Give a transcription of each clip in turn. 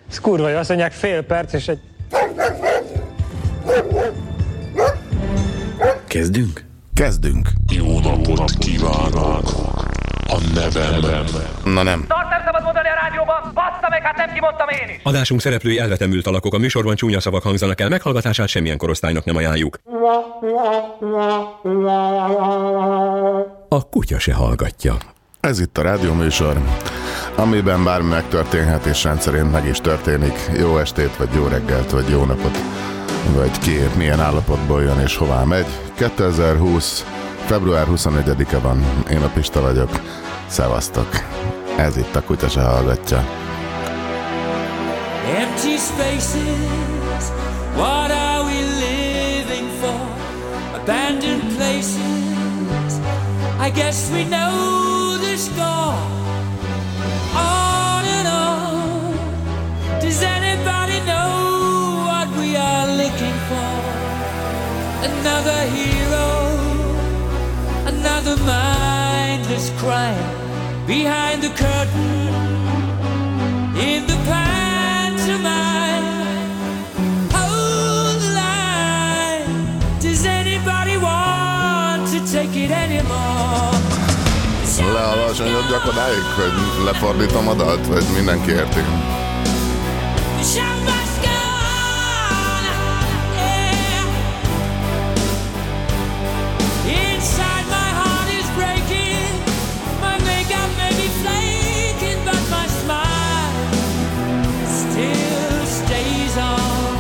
Ez kurva jó, azt mondják fél perc és egy... Kezdünk? Kezdünk. Jó napot kívánok! A nevemben. Na nem. Tart nem szabad mondani a rádióban, bassza meg, hát nem kimondtam én is! Adásunk szereplői elvetemült alakok, a műsorban csúnya szavak hangzanak el, meghallgatását semmilyen korosztálynak nem ajánljuk. A kutya se hallgatja. Ez itt a rádióműsor, amiben bármi megtörténhet, és rendszerint meg is történik. Jó estét, vagy jó reggelt, vagy jó napot, vagy ki épp milyen állapotból jön és hová megy. 2020. február 21-e van, én a Pista vagyok. Szevasztok! Ez itt a kutya se hallgatja. Empty spaces, what are we living for? Abandoned places, I guess we know the score. On and on, does anybody know what we are looking for? Another hero, another mindless crime. Behind the curtain, in the pantomime, hold the line. Does anybody want to take it anymore? Lealacsonyodjak odáig, hogy lefordítom a dalt, vagy mindenki érti? The show must go on, yeah. Inside my heart is breaking, my makeup may be flaking, but my smile still stays on.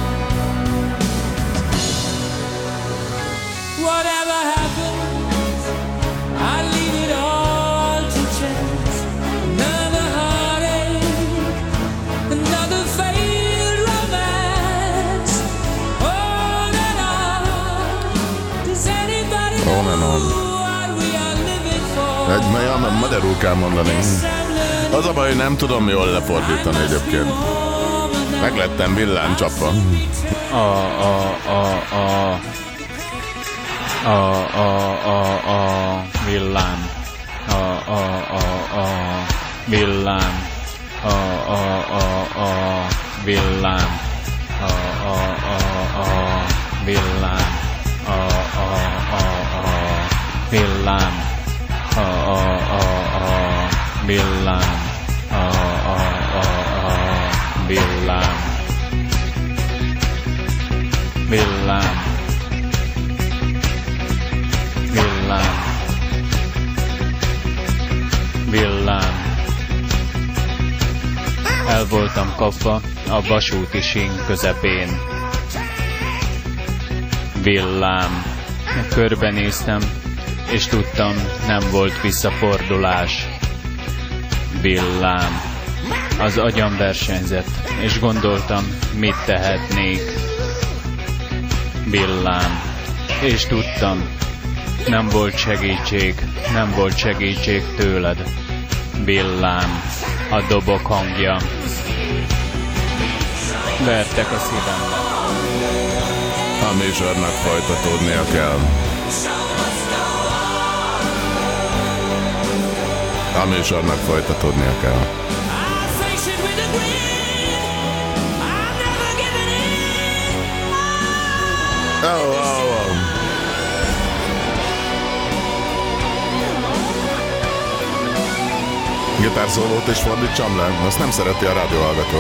Whatever happens, I leave it all to chance. Another heartache, another failed romance. On and on. Does anybody On and on. know what we are living for? Egy melyen magyarul kell mondani. Yes, I'm learning Az a baj, hogy nem tudom jól lefordítani egyébként. Meglettem villámcsapva. Villám. Villám. Villám. Villám. Villám. Villám. Villám. Villám. Villám. Villám. El voltam kapva a vasúti sín közepén. Villám. Körbenéztem, és tudtam, nem volt visszafordulás. Villám. Az agyam versenyzett, és gondoltam, mit tehetnék. Villám. És tudtam, nem volt segítség tőled. Villám. A dobok hangja. Vertek a szívembe. A műsornak folytatódnia kell. A műsornak folytatódnia kell. I'll face it with a grin. I'm never giving in. Oh. Gitárszólót is fordítsam le, azt nem szereti a rádióhallgató.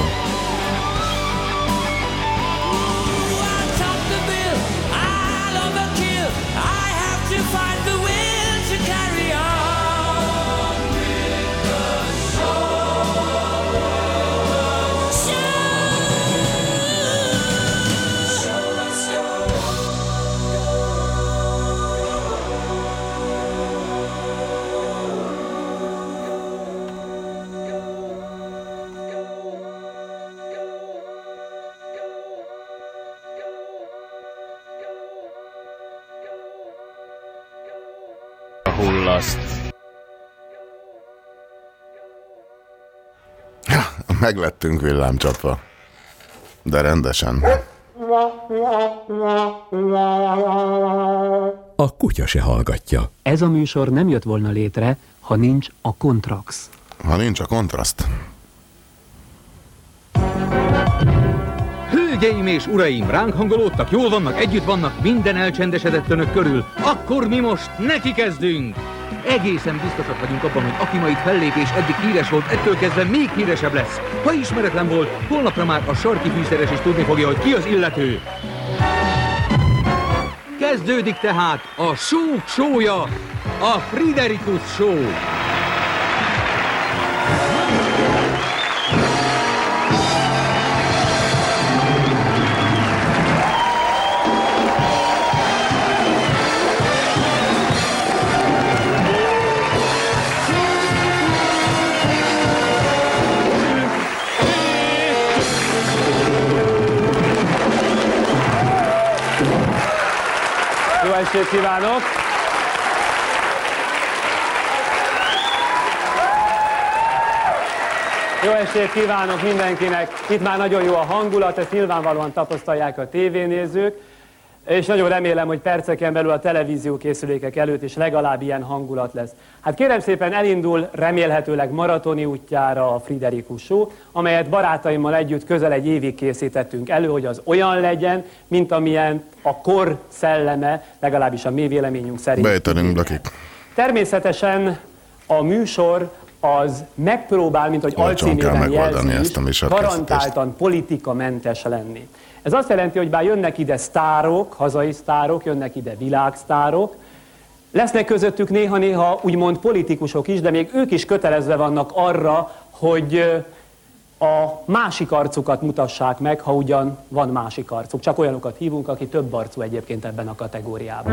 I'll top the bill. I'll overkill. I have to find the will to carry on with the Hullaszt. Meglettünk villámcsapva. De rendesen. A kutya se hallgatja. Ez a műsor nem jött volna létre, ha nincs a Kontrax. Ha nincs a kontraszt. Hölgyeim és uraim, ránk hangolódtak, jól vannak, együtt vannak, minden elcsendesedett önök körül. Akkor mi most neki kezdünk! Egészen biztosak vagyunk abban, hogy aki ma itt fellépés eddig híres volt, ettől kezdve még híresebb lesz. Ha ismeretlen volt, holnapra már a sarki fűszeres is tudni fogja, hogy ki az illető. Kezdődik tehát a show show-ja, a Friderikus Show. Jó estét kívánok! Jó estét kívánok mindenkinek! Itt már nagyon jó a hangulat, ezt nyilvánvalóan tapasztalják a tévénézők, és nagyon remélem, hogy perceken belül a televíziókészülékek előtt is legalább ilyen hangulat lesz. Hát kérem szépen, elindul remélhetőleg maratoni útjára a Friderikus Show, amelyet barátaimmal együtt közel egy évig készítettünk elő, hogy az olyan legyen, mint amilyen a kor szelleme, legalábbis a mi véleményünk szerint. Bejtenünk lakik. Természetesen a műsor az megpróbál, mint hogy alcímében jelzi, garantáltan politikamentes lenni. Ez azt jelenti, hogy bár jönnek ide sztárok, hazai sztárok, jönnek ide világsztárok, lesznek közöttük néha-néha úgymond politikusok is, de még ők is kötelezve vannak arra, hogy a másik arcukat mutassák meg, ha ugyan van másik arcuk. Csak olyanokat hívunk, aki több arcú egyébként ebben a kategóriában.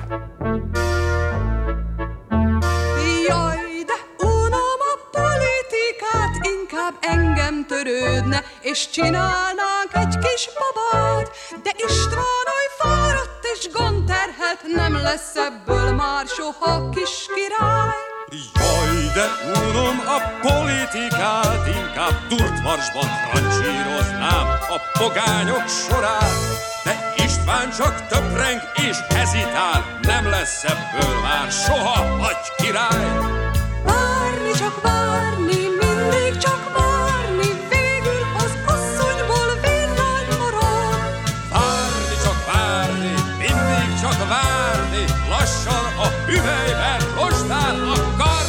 Jaj, de unom a politikát, inkább engem törődne, és csinálnánk egy kis babát. De István oly fáradt és gondterhelt, nem lesz ebből már soha kis király. Jaj, de unom a politikát, inkább Durtmarsban rancsíroznám a pogányok sorát. De István csak töpreng és hezitál, nem lesz ebből már soha nagy király. Várni, csak várni, mindig csak várni, végül az asszonyból villány marad. Várni, csak várni, mindig csak várni, lassan a hüvelyben rostál a kar.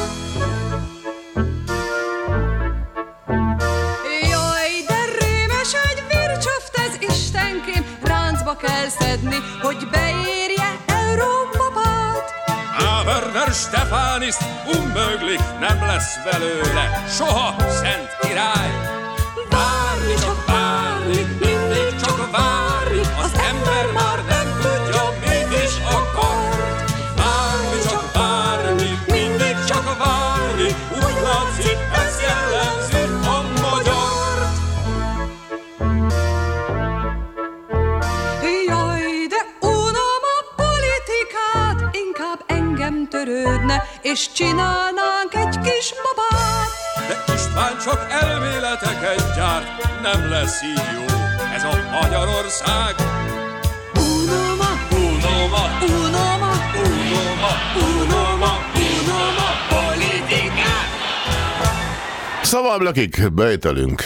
Jaj, de rémes egy vircsöft ez, Istenkém, ráncba kell szedni, hogy beérje Európapát. Werner Stefanis unmöglich, nem lesz belőle soha szent király. Várni, csak várni, mindig csak várni, az ember már nem tudja, mit is akar. Várni, csak várni, mindig csak várni, úgy látszik, ez jellemzi a magyart. Jaj, de unom a politikát, inkább engem törődne, és csinálnánk egy kis babát. De István csak elméleteket gyárt, nem lesz így jó ez a Magyarország. Unoma, Unoma, unoma, unoma, unoma, unoma politikát. Szóval lakik, bejtelünk.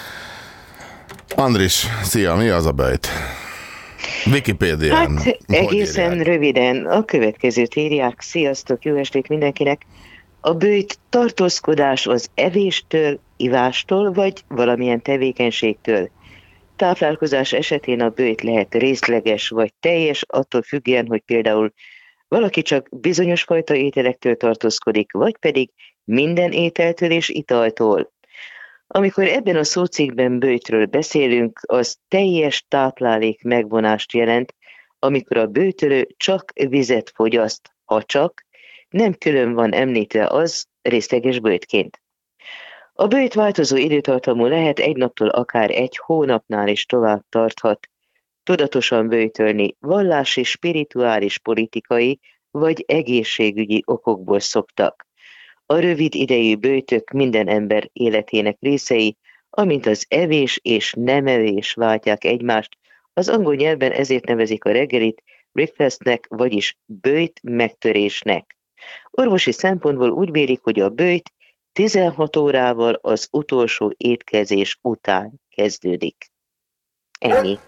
Andris, szia, mi az a bejt? Wikipédián. Hát egészen röviden a következőt írják. Sziasztok, jó estét mindenkinek. A böjt tartózkodás az evéstől, ivástól vagy valamilyen tevékenységtől. Táplálkozás esetén a böjt lehet részleges vagy teljes, attól függően, hogy például valaki csak bizonyos fajta ételektől tartózkodik, vagy pedig minden ételtől és italtól. Amikor ebben a szócikkben böjtről beszélünk, az teljes táplálék megvonást jelent, amikor a böjtölő csak vizet fogyaszt, ha csak nem külön van említve az részleges böjtként. A böjt változó időtartamú lehet, egy naptól akár egy hónapnál is tovább tarthat. Tudatosan böjtölni vallási, spirituális, politikai vagy egészségügyi okokból szoktak. A rövid idejű böjtök minden ember életének részei, amint az evés és nem evés váltják egymást. Az angol nyelvben ezért nevezik a reggelit breakfastnek, vagyis böjt megtörésnek. Orvosi szempontból úgy vélik, hogy a böjt 16 órával az utolsó étkezés után kezdődik. Ennyi.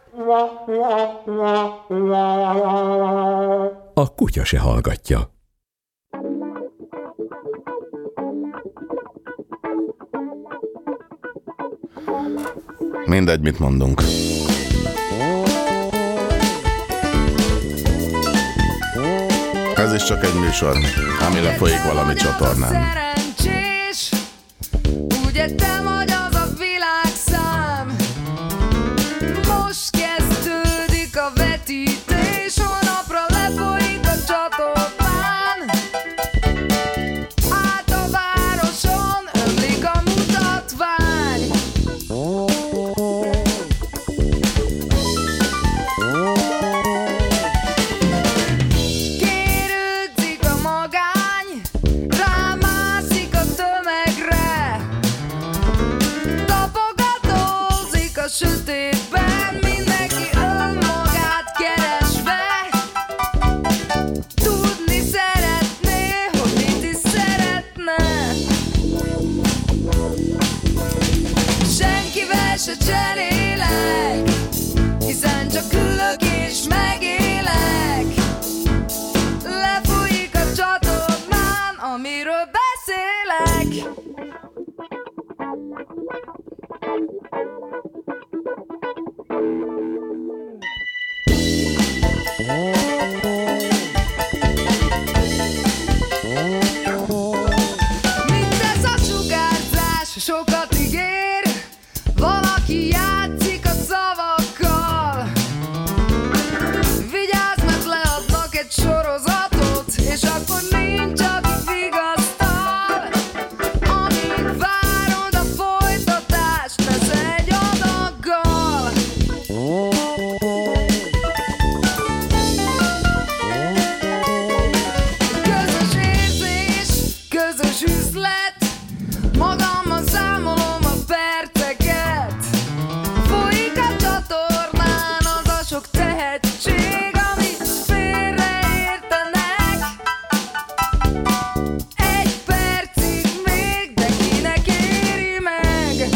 A kutya se hallgatja. Mindegy, mit mondunk. Ez is csak egy műsor, ami lefolyik valami csatornán. Szerencsés, ugye te vagy az a világszám. Most kezdődik a vetítés, holnapra lefolyik a csatornán. Át a városon ömlik a mutatvány. Kérődzik a magány, rámászik a tömegre. Tapogatózik a sötétben, mindenki önmagát keresve. Tudni szeretné, hogy mit is szeretne. Senkivel se cserélek, hiszen csak ülök és megélek. Lefolyik a csatornán, amiről beszélek. Mit tesz a sugárzás, sokat ígér. Valaki játszik a szavakkal. Vigyázz, mert leadnak egy sorozatot, és akkor nincs, aki vigasztal. Amíg várod a folytatást, lesz egy adaggal. Közös érzés, közös üzlet, magammal számolom a perceket. Folyik a csatornán az a sok tehetség, amit félreértenek. Egy percig még, de kinek éri meg?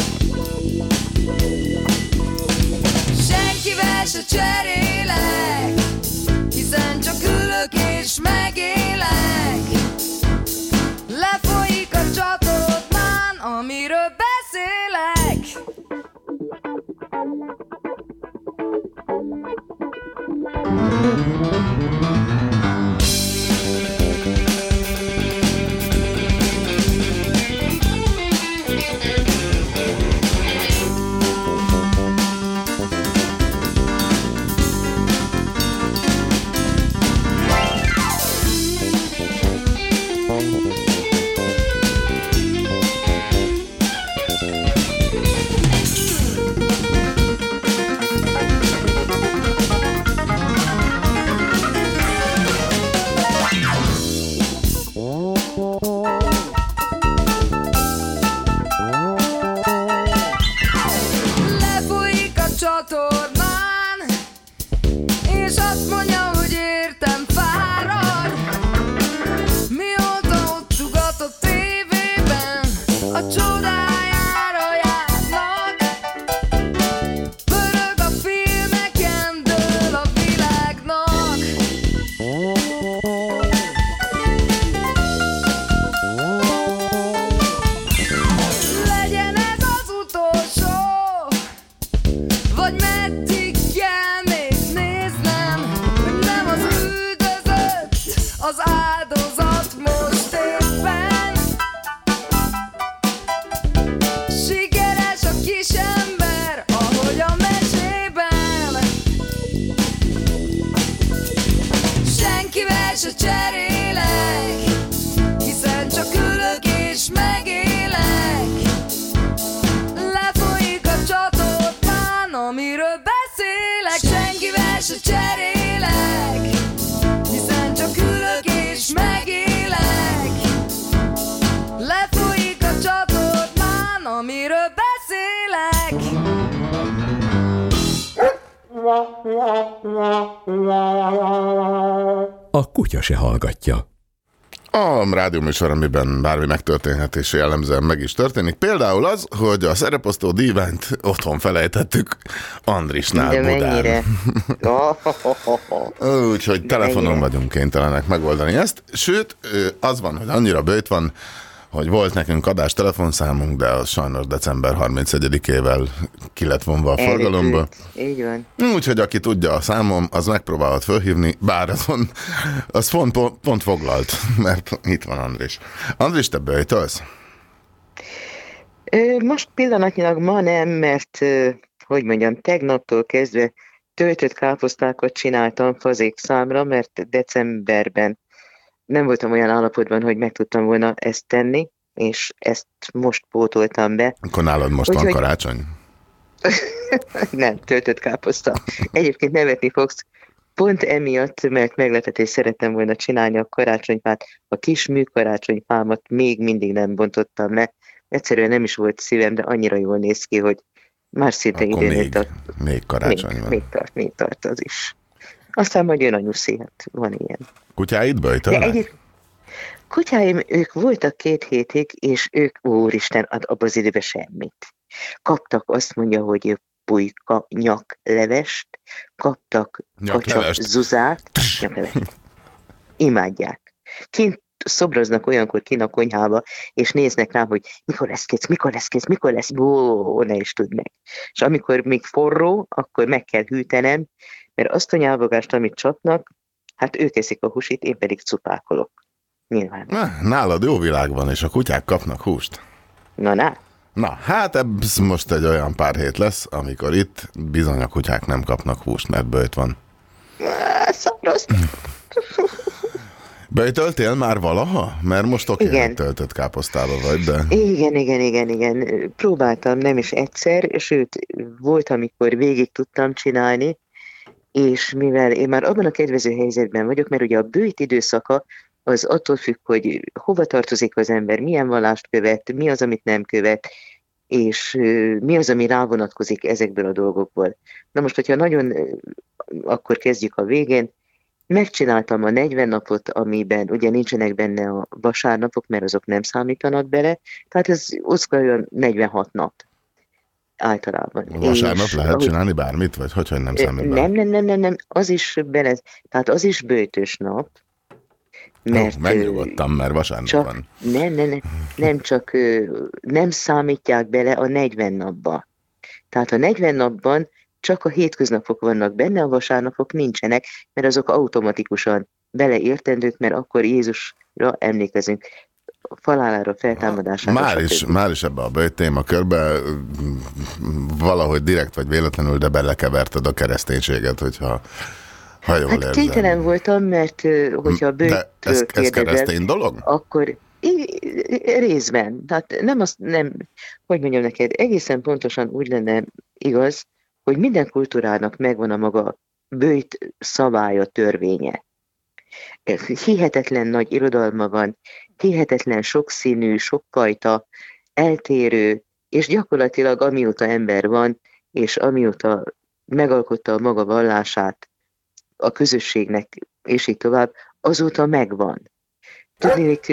Senkivel se cserélek, hiszen csak ülök és megélek. Lefolyik a csatornán, amiről beszélek. Lefolyik a csatornán, és azt mondja, hogy értem, fárad. Mióta ott sugat a tévében, a csodájára járnak. Pörög a filmeken, dől a világnak. Legyen ez az utolsó, vagy meddig kell még néznem, hogy nem az üldözött, az áldozat most éppen. Sikeres a kisember, ahogy a mesében. Senkivel se cserélek, hiszen csak ülök és megélek. Lefolyik a csatornán, amiről beszélek. Senkivel se cserélek, hiszen csak ülök és megélek. Lefolyik a csatornán, amiről beszélek. A kutya se hallgatja. A rádióműsor, amiben bármi megtörténhet, és jellemzően meg is történik. Például az, hogy a szereposztó díványt otthon felejtettük Andrisnál Budán. Úgyhogy telefonon vagyunk kénytelenek megoldani ezt. Sőt, az van, hogy annyira bőjt van, hogy volt nekünk adás telefonszámunk, de az sajnos december 31-ével ki lett vonva a forgalomba. Így van. Úgyhogy aki tudja a számom, az megpróbálhat fölhívni, bár az pont foglalt, mert itt van Andris. Andris, te böjtölsz? Most pillanatnyilag ma nem, mert, hogy mondjam, tegnaptól kezdve töltött káposztákat csináltam fazék számra, mert decemberben nem voltam olyan állapotban, hogy meg tudtam volna ezt tenni, és ezt most pótoltam be. Akkor nálad most van karácsony? Nem, töltött káposzta. Egyébként nevetni fogsz. Pont emiatt, mert meglepetést szerettem volna csinálni a karácsonyfát, a kis műkarácsonyfámat még mindig nem bontottam le. Egyszerűen nem is volt szívem, de annyira jól néz ki, hogy már szinte idén még karácsony van. Még tart az is. Aztán majd jön a nyuszi, hát van ilyen. Kutyáid böjtölnek? Kutyáim, ők voltak 2 hétig, és ők, úristen, abban az időben semmit. Kaptak, azt mondja, hogy pulyka nyaklevest, kaptak kacsak zuzát, imádják. Kint szobroznak olyankor kint a konyhába, és néznek rám, hogy mikor lesz, ne is tudnak. És amikor még forró, akkor meg kell hűtenem, mert azt a nyálvogást, amit csapnak, hát ők eszik a húsit, én pedig cupákolok. Nyilván. Nálad jó világ van, és a kutyák kapnak húst. Na, hát ez most egy olyan pár hét lesz, amikor itt bizony a kutyák nem kapnak húst, mert böjt van. Szapros. Böjtöltél már valaha? Mert most oké, töltött káposztába vagy, de... Igen. Próbáltam nem is egyszer, sőt, volt, amikor végig tudtam csinálni, és mivel én már abban a kedvező helyzetben vagyok, mert ugye a böjt időszaka az attól függ, hogy hova tartozik az ember, milyen vallást követ, mi az, amit nem követ, és mi az, ami rávonatkozik ezekből a dolgokból. Na most, hogyha nagyon, akkor kezdjük a végén. Megcsináltam a 40 napot, amiben ugye nincsenek benne a vasárnapok, mert azok nem számítanak bele, tehát ez olyan 46 nap általában. A vasárnap lehet csinálni bármit, vagy hogy nem számít bele? Nem, az is bele, tehát az is böjtös nap, mert... Megnyugodtam, mert vasárnap van. Nem, csak nem számítják bele a 40 napba. Tehát a 40 napban csak a hétköznapok vannak benne, a vasárnapok nincsenek, mert azok automatikusan beleértendők, mert akkor Jézusra emlékezünk, halálára, feltámadására. Már is ebbe a böjt témakörbe valahogy direkt vagy véletlenül, de belekeverted a kereszténységet, hogyha jól érzem. Kénytelen voltam, mert hogyha a böjtről ez keresztény dolog? Akkor részben. Tehát hogy mondjam neked, egészen pontosan úgy lenne igaz, hogy minden kultúrának megvan a maga böjt szabálya, törvénye. Hihetetlen nagy irodalma van, hihetetlen sokszínű, sokfajta, eltérő, és gyakorlatilag amióta ember van, és amióta megalkotta a maga vallását a közösségnek, és így tovább, azóta megvan. Tudnék...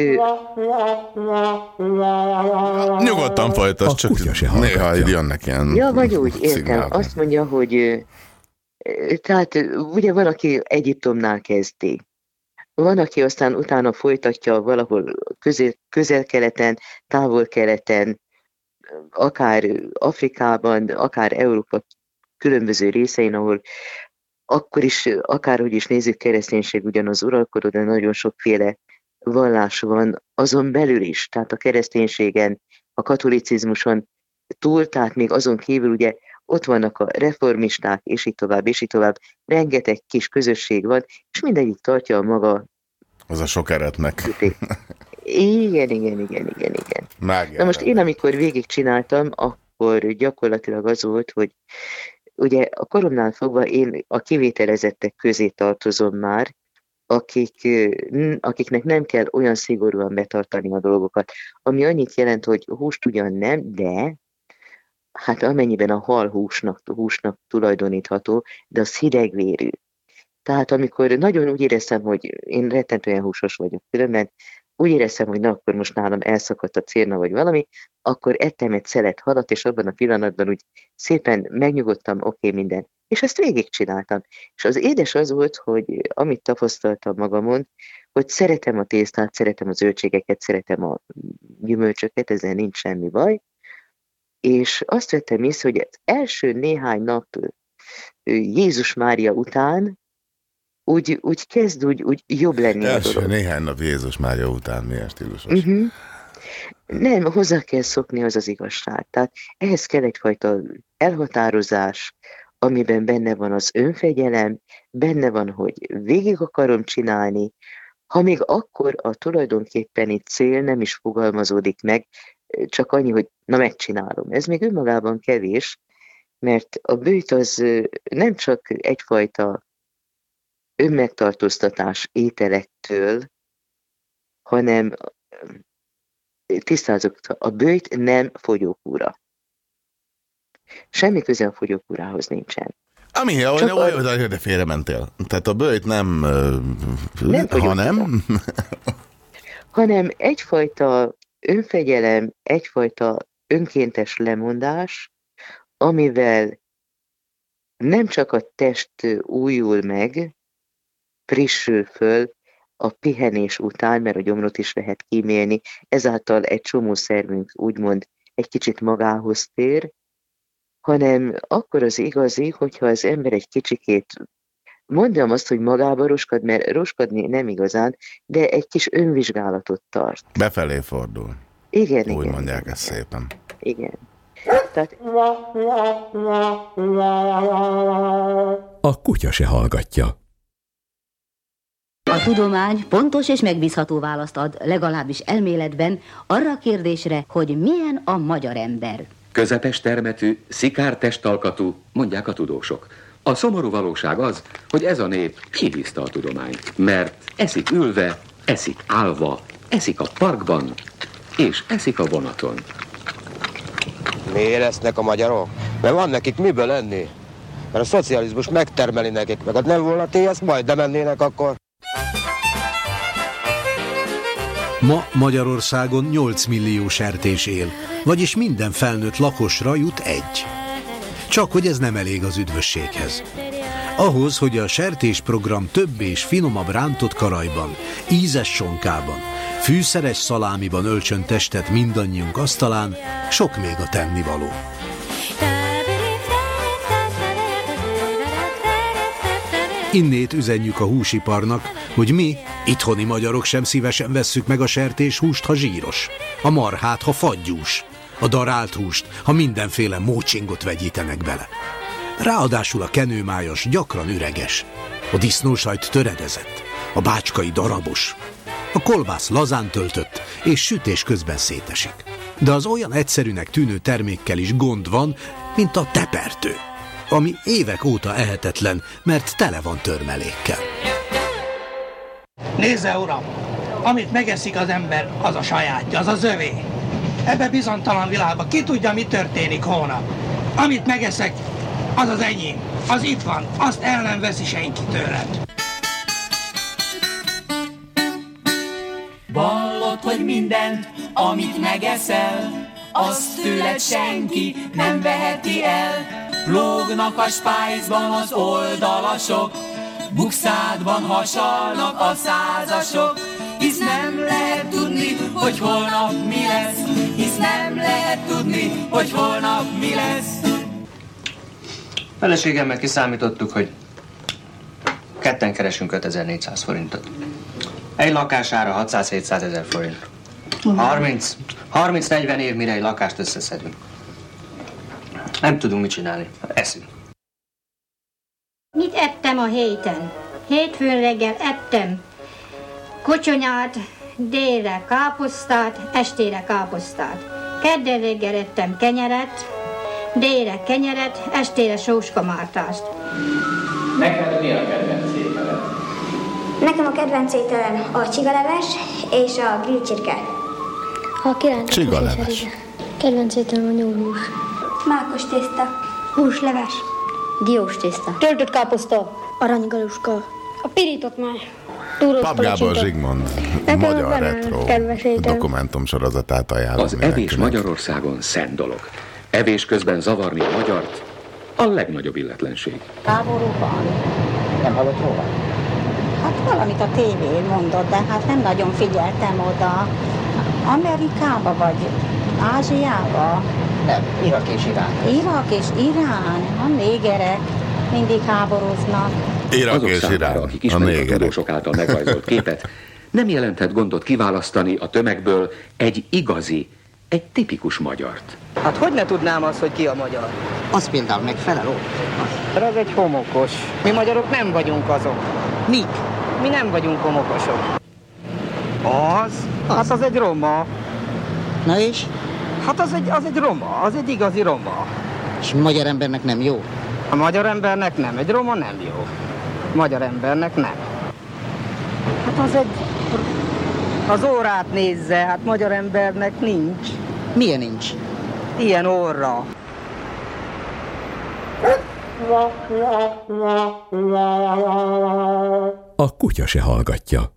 Nyugodtan folytasd, csak néha így jönnek ilyen... Ja, vagy úgy, értem. Szignálni. Azt mondja, hogy... Tehát ugye van, aki Egyiptomnál kezdi. Van, aki aztán utána folytatja valahol közel-keleten, távol-keleten, akár Afrikában, akár Európa különböző részein, ahol akkor is, akárhogy is nézzük, kereszténység ugyanaz uralkodó, de nagyon sokféle vallás van azon belül is, tehát a kereszténységen, a katolicizmuson túl, tehát még azon kívül ugye ott vannak a reformisták, és így tovább, rengeteg kis közösség van, és mindegyik tartja a maga... Az a sok eretnek. Igen. Na most én, amikor végigcsináltam, akkor gyakorlatilag az volt, hogy ugye a koromnál fogva én a kivételezettek közé tartozom már, akiknek nem kell olyan szigorúan betartani a dolgokat. Ami annyit jelent, hogy húst ugyan nem, de hát amennyiben a hal húsnak tulajdonítható, de az hidegvérű. Tehát amikor nagyon úgy éreztem, hogy én rettentően húsos vagyok különben, úgy éreztem, hogy na, akkor most nálam elszakadt a cérna, vagy valami, akkor ettem egy szelet halat, és abban a pillanatban úgy szépen megnyugodtam, oké, minden. És ezt végigcsináltam. És az édes az volt, hogy amit tapasztaltam magamon, hogy szeretem a tésztát, szeretem a zöldségeket, szeretem a gyümölcsöket, ezzel nincs semmi baj. És azt vettem észre, hogy az első néhány nap Jézus Mária után úgy kezd úgy jobb lenni a dolog. Néhány nap Jézus Mária után milyen stílusos? Nem, hozzá kell szokni, az igazság. Tehát ehhez kell egyfajta elhatározás, amiben benne van az önfegyelem, benne van, hogy végig akarom csinálni, ha még akkor a tulajdonképpeni cél nem is fogalmazódik meg, csak annyi, hogy na megcsinálom. Ez még önmagában kevés, mert a bőjt az nem csak egyfajta önmegtartóztatás ételektől, hanem tisztázok, a bőjt nem fogyókúra. Semmi köze a fogyókúrához nincsen. Ami olyan, de félrementél. Tehát a bőjt nem hanem egyfajta önfegyelem, egyfajta önkéntes lemondás, amivel nem csak a test újul meg, frissül föl a pihenés után, mert a gyomrot is lehet kímélni, ezáltal egy csomó szervünk úgymond egy kicsit magához tér, hanem akkor az igazi, hogyha az ember egy kicsikét, mondjam azt, hogy magába roskad, mert roskadni nem igazán, de egy kis önvizsgálatot tart. Befelé fordul. Igen, úgy igen. Mondják ezt szépen. Igen. Tehát... A kutya se hallgatja. A tudomány pontos és megbízható választ ad, legalábbis elméletben, arra a kérdésre, hogy milyen a magyar ember. Közepes termetű, szikár testalkatú, mondják a tudósok. A szomorú valóság az, hogy ez a nép kibízta a tudományt, mert eszik ülve, eszik állva, eszik a parkban, és eszik a vonaton. Miért esznek a magyarok? Mert van nekik miből enni. Mert a szocializmus megtermeli nekik, meg ha nem volna ezt majd nem ennének akkor. Ma Magyarországon 8 millió sertés él, vagyis minden felnőtt lakosra jut egy. Csak hogy ez nem elég az üdvösséghez. Ahhoz, hogy a sertésprogram több és finomabb rántott karajban, ízes sonkában, fűszeres szalámiban öltsön testet mindannyiunk asztalán, sok még a tennivaló. Innét üzenjük a húsiparnak, hogy mi, itthoni magyarok sem szívesen vesszük meg a sertéshúst, ha zsíros, a marhát, ha fagyús, a darált húst, ha mindenféle mócsingot vegyítenek bele. Ráadásul a kenőmájas gyakran üreges, a disznósajt töredezett, a bácskai darabos, a kolbász lazán töltött, és sütés közben szétesik. De az olyan egyszerűnek tűnő termékkel is gond van, mint a tepertő, ami évek óta ehetetlen, mert tele van törmelékkel. Nézze, uram! Amit megeszik az ember, az a sajátja, az az övé. Ebbe bizonytalan világban ki tudja, mi történik holnap. Amit megeszek, az az enyém. Az itt van, azt el nem veszi senki tőlem. Vallod, hogy mindent, amit megeszel, azt tőled senki nem veheti el. Lógnak a spájzban az oldalasok, bukszádban hasalnak a százasok, hisz nem lehet tudni, hogy holnap mi lesz, hisz nem lehet tudni, hogy holnap mi lesz. Feleségemmel kiszámítottuk, hogy ketten keresünk 5400 forintot. Egy lakására 600-700 ezer forint. 30-40 év, mire egy lakást összeszedünk. Nem tudunk mit csinálni. Eszünk. Mit ettem a héten? Hétfőn reggel ettem kocsonyát, délre káposztát, estére káposztát. Kedden reggel ettem kenyeret, délre kenyeret, estére sóskamártást. Neked mi a kedvenc ételed? Nekem a kedvenc ételem a csigaleves és a grill csirke. A királynak csigaleves. Kedvenc ételem a nyúlhús. Mákos tészta. Húsleves. Diós tészta. Töltött káposzta. Aranygaluska. A pirított máj. Pap Gábor Zsigmond magyar retro dokumentumsorozatát ajánlom. Az evés Magyarországon szent dolog. Evés közben zavarni a magyart a legnagyobb illetlenség. Háborúban? Nem hallott róla? Hát valamit a tévén mondott, de hát nem nagyon figyeltem oda. Amerikába vagy Ázsiába? Nem, Irak és Irán. Irak és Irán? A négerek mindig háborúznak. Irak és Irán, akik ismerik a tudósok által megrajzolt képet, nem jelenthet gondot kiválasztani a tömegből egy igazi, egy tipikus magyart. Hát hogy ne tudnám azt, hogy ki a magyar? Az például megfelel ott. Az egy homokos. Mi magyarok nem vagyunk azok. Mik? Mi nem vagyunk homokosok. Az? Hát az egy roma. Na és? Hát az egy roma, az egy igazi roma. És magyar embernek nem jó? A magyar embernek nem, egy roma nem jó. Magyar embernek nem. Hát az egy... Az órát nézze, hát magyar embernek nincs. Milyen nincs? Ilyen óra. A kutya se hallgatja.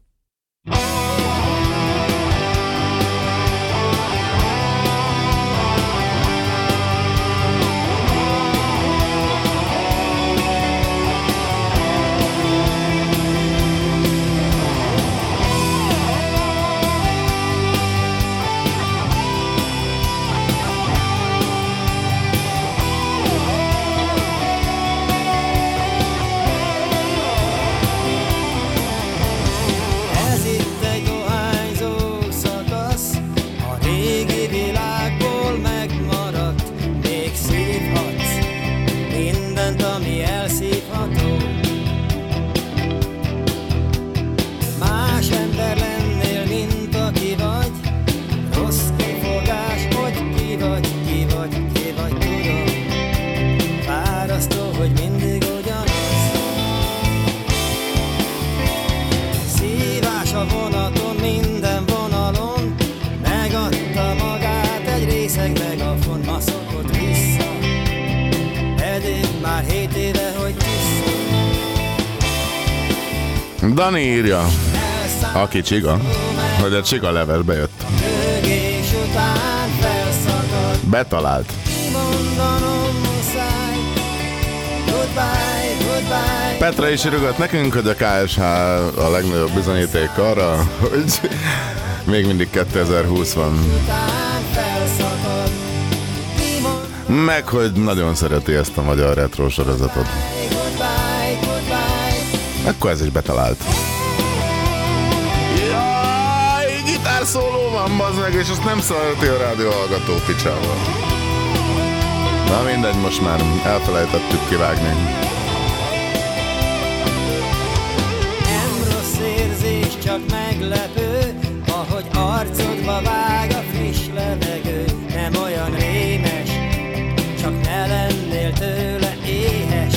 Dani írja, aki csiga, hogy a csiga leves bejött. Betalált. Petra is rögött nekünk, hogy a KSH a legnagyobb bizonyíték arra, hogy még mindig 2020 van. Meg, hogy nagyon szereti ezt a magyar retro sorozatot. Akkor ez is betalált. Jaj, gitárszóló van, bazd meg, és azt nem szereti a rádióhallgató picsával. Na mindegy, most már elfelejtettük kivágni. Nem rossz érzés, csak meglepő, ahogy arcodba vág a friss levegő. Nem olyan rémes, csak ne lennél tőle éhes.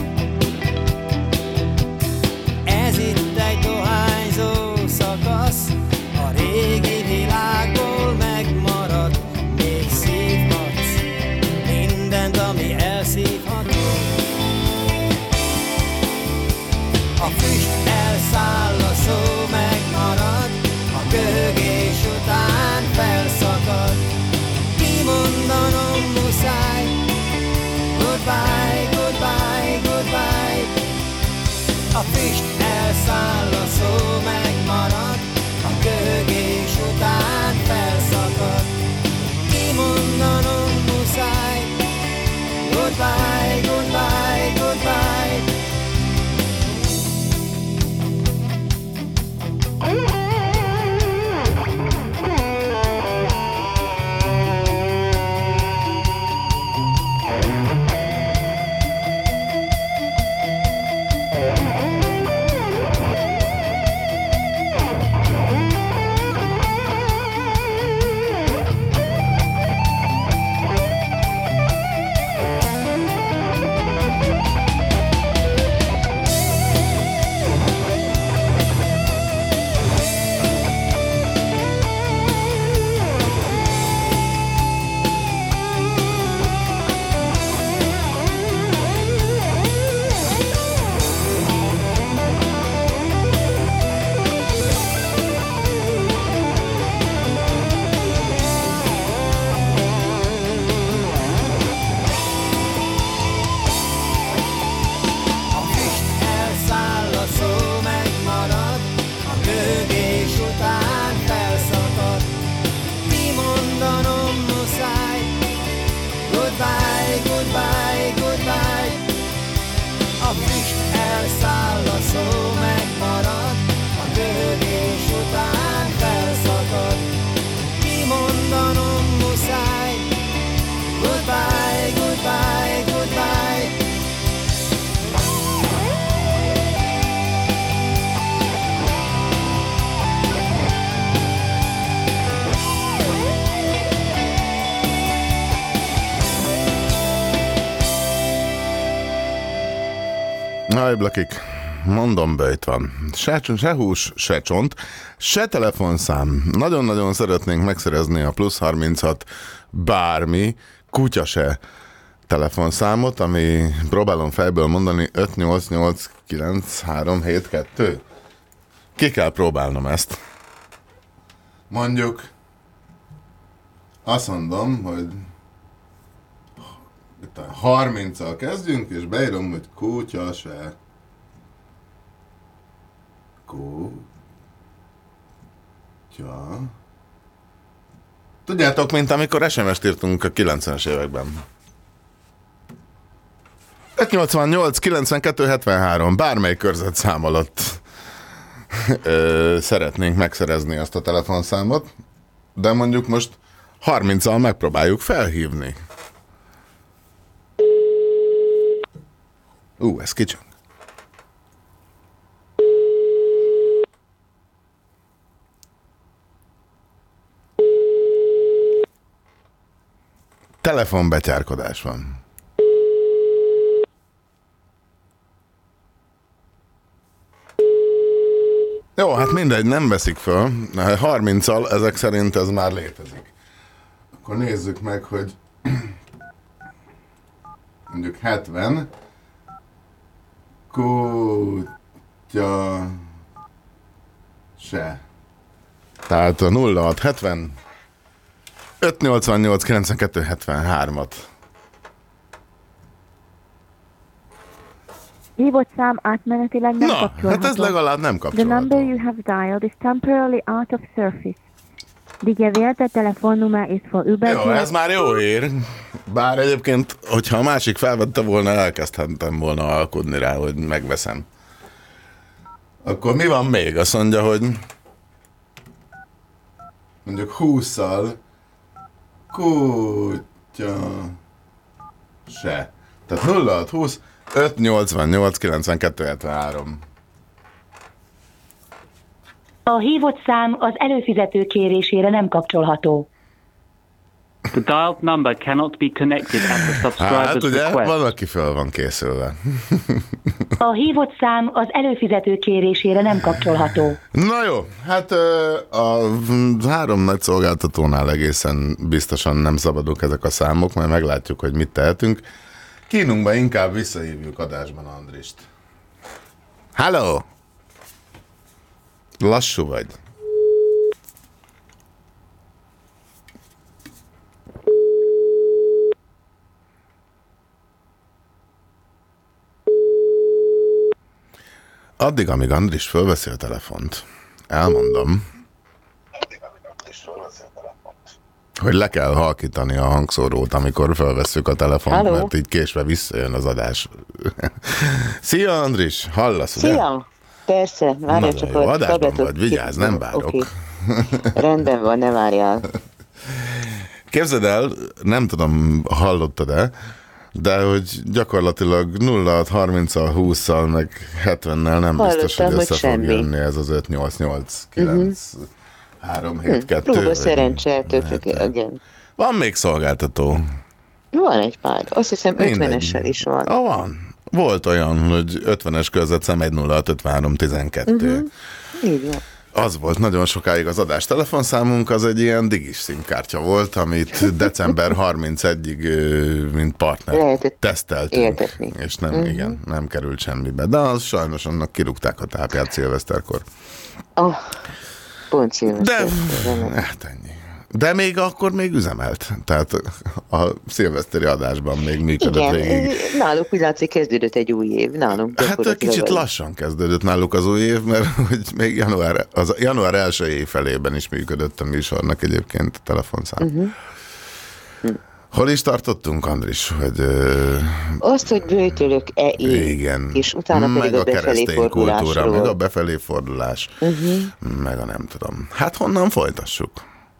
Ez itt egy dohányzó szakasz, a régi világból megmarad, még szívhatsz mindent, ami elszívható. A füst elszáll, a szó megmarad, a köhögés után felszakad. Kimondanom muszáj, goodbye, goodbye, goodbye. A füst elszáll, a szó megmarad, a köhögés után felszakad. Kimondanom muszáj, goodbye, goodbye, goodbye. Hajblakik, mondom, bejt van. Se hús, se csont, se telefonszám. Nagyon-nagyon szeretnénk megszerezni a plusz 36 bármi, kutya se telefonszámot, ami próbálom fejből mondani 5889372. Ki kell próbálnom ezt. Mondjuk azt mondom, hogy 30-al kezdjünk, és beírom, hogy kutya se. Kutya. Tudjátok, mint amikor SMS-t írtunk a 90-es években. 588 92 73, bármely körzetszám alatt szeretnénk megszerezni azt a telefonszámot, de mondjuk most 30-al megpróbáljuk felhívni. Ez kicsang. Telefonbetyárkodás van. Jó, hát mindegy, nem veszik föl. 30-al ezek szerint ez már létezik. Akkor nézzük meg, hogy mondjuk 70 kutya se. Tehát a 0670 588 92 73-at. Hívott szám átmenetileg nem kapcsolható. Hát ez legalább nem kapcsolható. The number you have dialed is temporarily out of service. Die gewählte Telefonnummer ist vorübergehend. Jó, ez már jó hír. Bár egyébként, hogyha a másik felvette volna, elkezdhettem volna alkudni rá, hogy megveszem. Akkor mi van még? Azt mondja, hogy mondjuk 20-szal kutya se. Tehát 0620 588 92 73. A hívott szám az előfizető kérésére nem kapcsolható. The dialed number cannot be connected at the subscriber's ugye, request. van, aki fel van készülve. A hívott szám az előfizető kérésére nem kapcsolható. Na jó, hát a 3 nagy szolgáltatónál egészen biztosan nem szabadok ezek a számok, majd meglátjuk, hogy mit tehetünk. Kínunkba inkább visszahívjuk adásban Andrist. Hello! Lassú vagy. Addig, amíg Andris fölveszi a telefont, elmondom, hogy le kell halkítani a hangszórót, amikor felvesszük a telefont, Hello. Mert így késve visszajön az adás. Szia, Andris! Hallasz, ugye? Szia! Persze, várjál csak jó, adásban vagy, vigyázz, nem várok. Okay. Rendben van, ne várjál. Képzeld el, nem tudom, hallottad-e, de hogy gyakorlatilag 0-30-al, 20-szal, meg 70-nel nem biztos, hogy össze fog jönni ez az 5-8-8-9-3-7-2. Próba szerencse, igen. Van még szolgáltató? Van egy pár, azt hiszem 50-essel is van. Van. Volt olyan, hogy 50-es körzetszám 1-0-5-3-12. Így van. Az volt nagyon sokáig az adás telefonszámunk, az egy ilyen digis szimkártya volt, amit december 31-ig, mint partner teszteltünk. És nem, igen, nem került semmibe. De az sajnos annak kirúgták a tápját szilveszterkor. Pont szilveszter. De, hát ennyi. De még akkor még üzemelt. Tehát a szilveszteri adásban még működött végig. Igen, náluk úgy látszik kezdődött egy új év. Nálunk hát kicsit lassan kezdődött náluk az új év, mert hogy még január első év felében is működött a műsornak egyébként a telefonszám. Hol is tartottunk, Andris? Hogy, azt, hogy böjtölök-e én, igen. És utána pedig a befelé fordulásról. Meg a befelé fordulás, meg a nem tudom. Hát honnan folytassuk?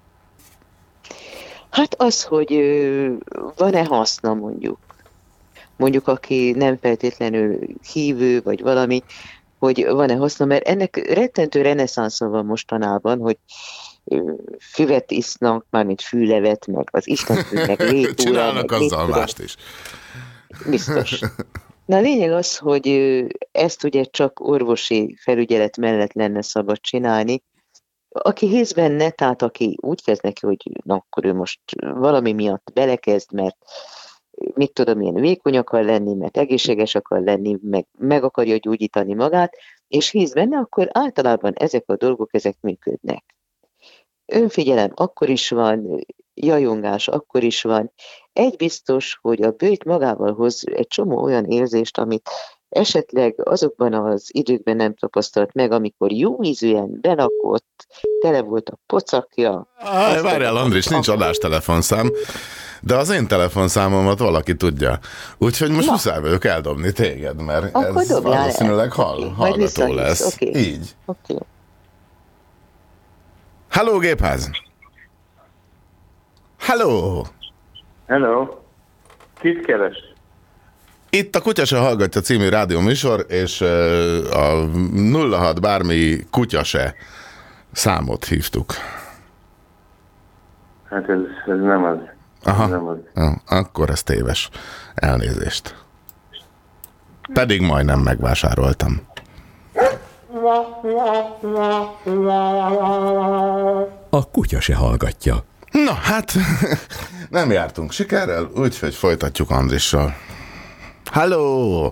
Hát az, hogy van-e haszna mondjuk aki nem feltétlenül hívő, vagy valami, hogy van-e haszna, mert ennek rettentő reneszánsza van mostanában, hogy füvet isznak, mármint fűlevet, meg az Isten meg létúra. Csinálnak azzal mást is. Biztos. Na a lényeg az, hogy ezt ugye csak orvosi felügyelet mellett lenne szabad csinálni. Aki hisz benne, tehát aki úgy kezd neki, hogy na, akkor ő most valami miatt belekezd, mert mit tudom én, vékony akar lenni, mert egészséges akar lenni, meg akarja gyógyítani magát, és hisz benne, akkor általában ezek a dolgok, ezek működnek. Önfigyelem akkor is van, jajongás akkor is van. Egy biztos, hogy a bőjt magával hoz egy csomó olyan érzést, amit esetleg azokban az időkben nem tapasztalt meg, amikor jó ízűen belakott, tele volt a pocakja. Várjál, Andris, nincs adástelefonszám, de az én telefonszámomat valaki tudja. Úgyhogy most muszáj vagyok eldobni téged, mert akkor ez valószínűleg hallgató lesz. Okay. Így. Okay. Halló, gépház! Halló! Hello! Kit keres? Itt a Kutya se hallgatja című rádióműsor, és a 06 bármi kutya se számot hívtuk. Hát ez nem az. Aha, nem az. Akkor ez téves. Elnézést. Pedig majdnem megvásároltam. A kutya se hallgatja. Na hát, nem jártunk sikerrel, úgyhogy folytatjuk Andrissal. Halló!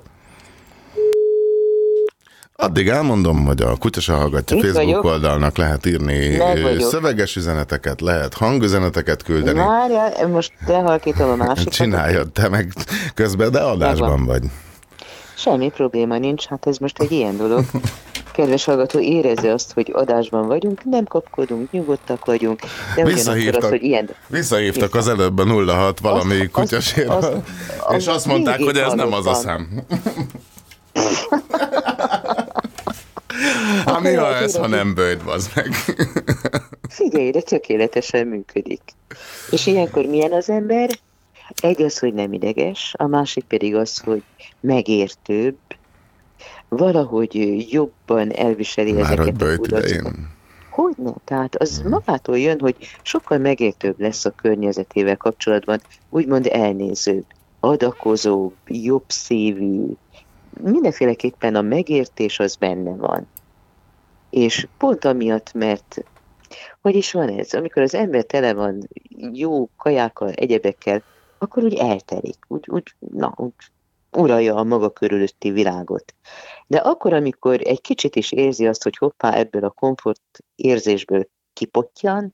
Addig elmondom, hogy a Kutya se hallgatja Facebook oldalnak lehet írni szöveges üzeneteket, lehet hangüzeneteket küldeni. Várjál, most lehalkítom a másikat. Csináljad te meg közben, de adásban vagy. Semmi probléma nincs, hát ez most egy ilyen dolog. Kedves hallgató, érezze azt, hogy adásban vagyunk, nem kapkodunk, nyugodtak vagyunk, de ugyanakkor az, hogy ilyen... Visszahívtak az előbb a 06 valami kutyaséről, és azt mondták, hogy ez nem az a szám. Mi ha ez, ha nem bőjt, bazd meg. Figyelj, de tökéletesen működik. És ilyenkor milyen az ember? Egy az, hogy nem ideges, a másik pedig az, hogy megértőbb, valahogy jobban elviseli már ezeket a kudacsokat. Hogyne? Tehát az magától jön, hogy sokkal megértőbb lesz a környezetével kapcsolatban, úgymond elnézőbb, adakozóbb, jobb szívű. Mindenféleképpen a megértés az benne van. És pont amiatt, mert hogy is van ez, amikor az ember tele van jó kajákkal, egyebekkel, akkor úgy eltelik, úgy uralja a maga körülötti világot. De akkor, amikor egy kicsit is érzi azt, hogy hoppá, ebből a komfort érzésből kipottyan,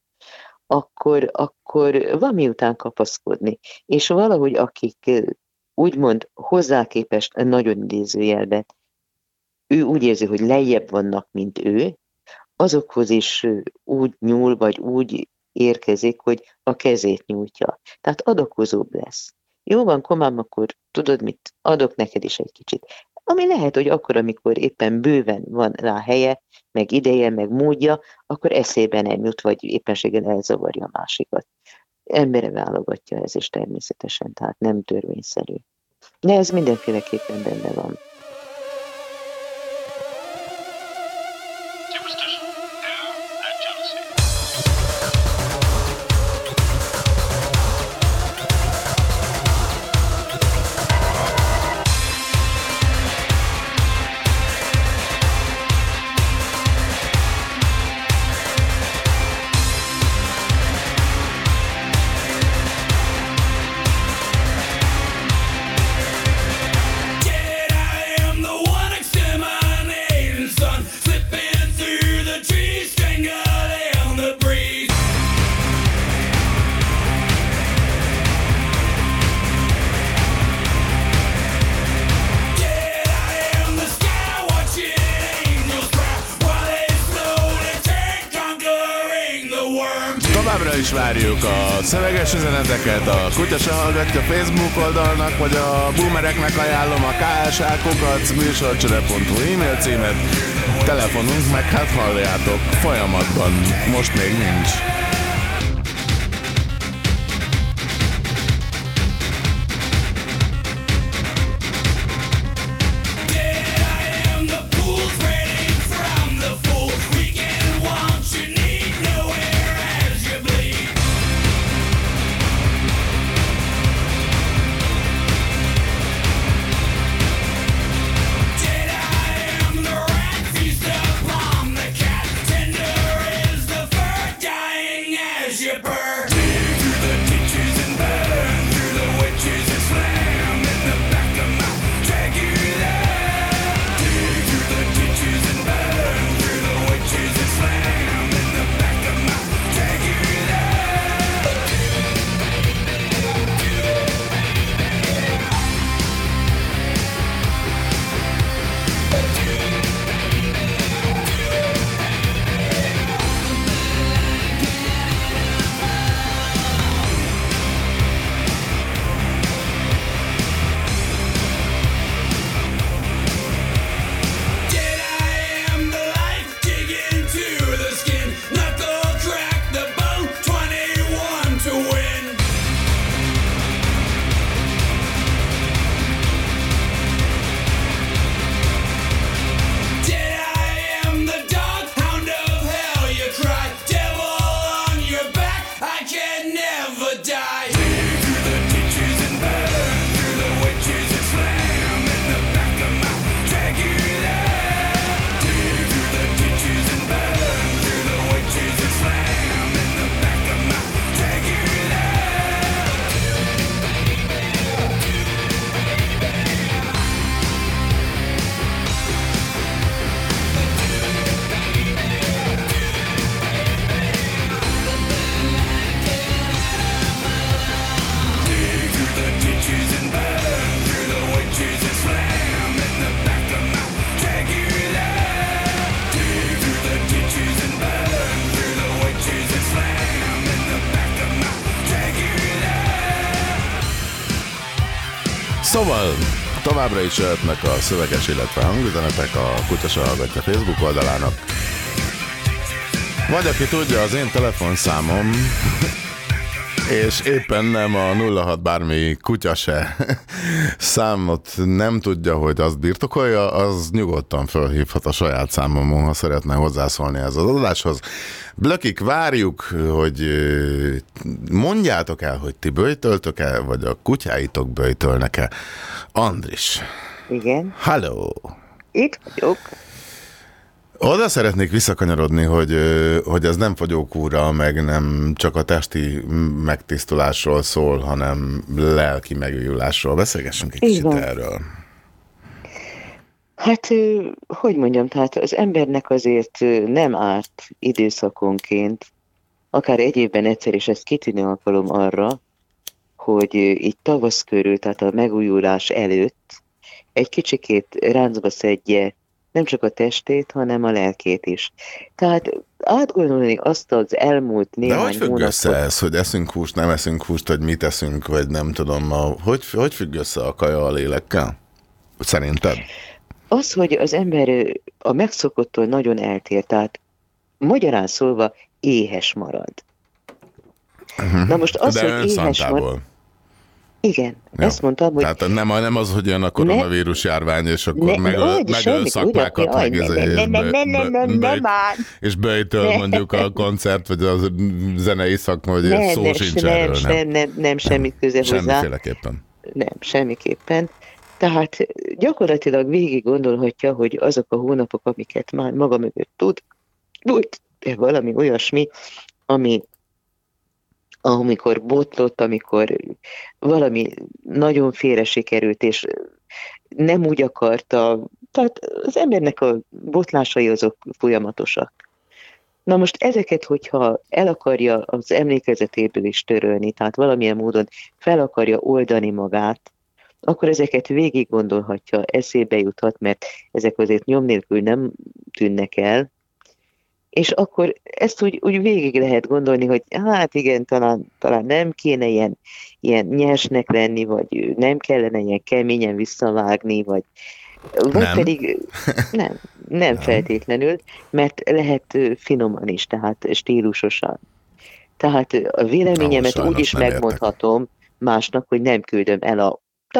akkor van miután kapaszkodni. És valahogy akik úgymond hozzá képest nagyon idézőjelben, ő úgy érzi, hogy lejjebb vannak, mint ő, azokhoz is úgy nyúl, vagy úgy érkezik, hogy a kezét nyújtja. Tehát adakozóbb lesz. Jó van, komám, akkor tudod mit? Adok neked is egy kicsit. Ami lehet, hogy akkor, amikor éppen bőven van rá helye, meg ideje, meg módja, akkor eszébe nem jut, vagy éppenséggel elzavarja a másikat. Embere válogatja ez is természetesen, tehát nem törvényszerű. De ez mindenféleképpen benne van. Továbbra is várjuk a szöveges üzeneteket a Kutya se hallgatja Facebook oldalnak, vagy a boomereknek ajánlom a ksk@műsorcsere.hu e-mail címet. Telefonunk meg, hát halljátok, folyamatban, most még nincs. Szóval továbbra is jöhetnek a szöveges, illetve hangüzenetek a Kutyasa Hallgatja Facebook oldalának. Vagy aki tudja, az én telefonszámom, és éppen nem a 06 bármi kutya se számot nem tudja, hogy azt birtokolja, az nyugodtan felhívhat a saját számomon, ha szeretne hozzászólni ez az adáshoz. Blökik, várjuk, hogy mondjátok el, hogy ti böjtöltök-e, vagy a kutyáitok böjtölnek-e. Andris. Igen. Hello. Itt vagyok. Oda szeretnék visszakanyarodni, hogy ez nem fogyókúra, meg nem csak a testi megtisztulásról szól, hanem lelki megújulásról. Beszélgessünk egy kicsit erről. Hát, hogy mondjam, tehát az embernek azért nem árt időszakonként, akár egy évben egyszer, és ez kitűnő alkalom arra, hogy így tavasz körül, tehát a megújulás előtt egy kicsikét ráncba szedje nem csak a testét, hanem a lelkét is. Tehát átgondolni azt az elmúlt néhány hónapot... De hogy függ össze ez, hogy eszünk húst, nem eszünk húst, hogy mit eszünk, vagy nem tudom, hogy függ össze a kaja a lélekkel? Szerinted? Az, hogy az ember a megszokottól nagyon eltér, tehát magyarán szólva éhes marad. Na most az, de hogy éhes marad... Igen, ja. Ezt mondtam, hogy... Tehát nem az, hogy jön a koronavírus járvány, és akkor megöl szakmákat, meg és bejtől mondjuk a koncert, vagy a zenei szakma, hogy szó sincs erről. Nem, semmi köze hozzá. Semmiféleképpen. Nem, semmiképpen. Tehát gyakorlatilag végig gondolhatja, hogy azok a hónapok, amiket már maga mögött tud, volt valami olyasmi, amikor botlott, amikor valami nagyon félre sikerült, és nem úgy akarta, tehát az embernek a botlásai azok folyamatosak. Na most ezeket, hogyha el akarja az emlékezetéből is törölni, tehát valamilyen módon fel akarja oldani magát, akkor ezeket végig gondolhatja, eszébe juthat, mert ezek azért nyom nélkül nem tűnnek el, és akkor ezt úgy végig lehet gondolni, hogy hát igen, talán nem kéne ilyen nyersnek lenni, vagy nem kellene ilyen keményen visszavágni, vagy nem. Pedig nem feltétlenül, mert lehet finoman is, tehát stílusosan. Tehát a véleményemet úgy is megmondhatom másnak, hogy nem küldöm el a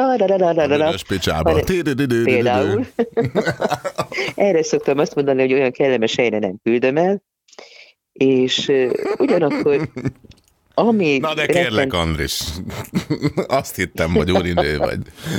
például. Erre szoktam azt mondani, hogy olyan kellemes helyre nem küldöm el, és ugyanakkor ami... Na de kérlek, Andris, azt hittem, hogy úrinő vagy.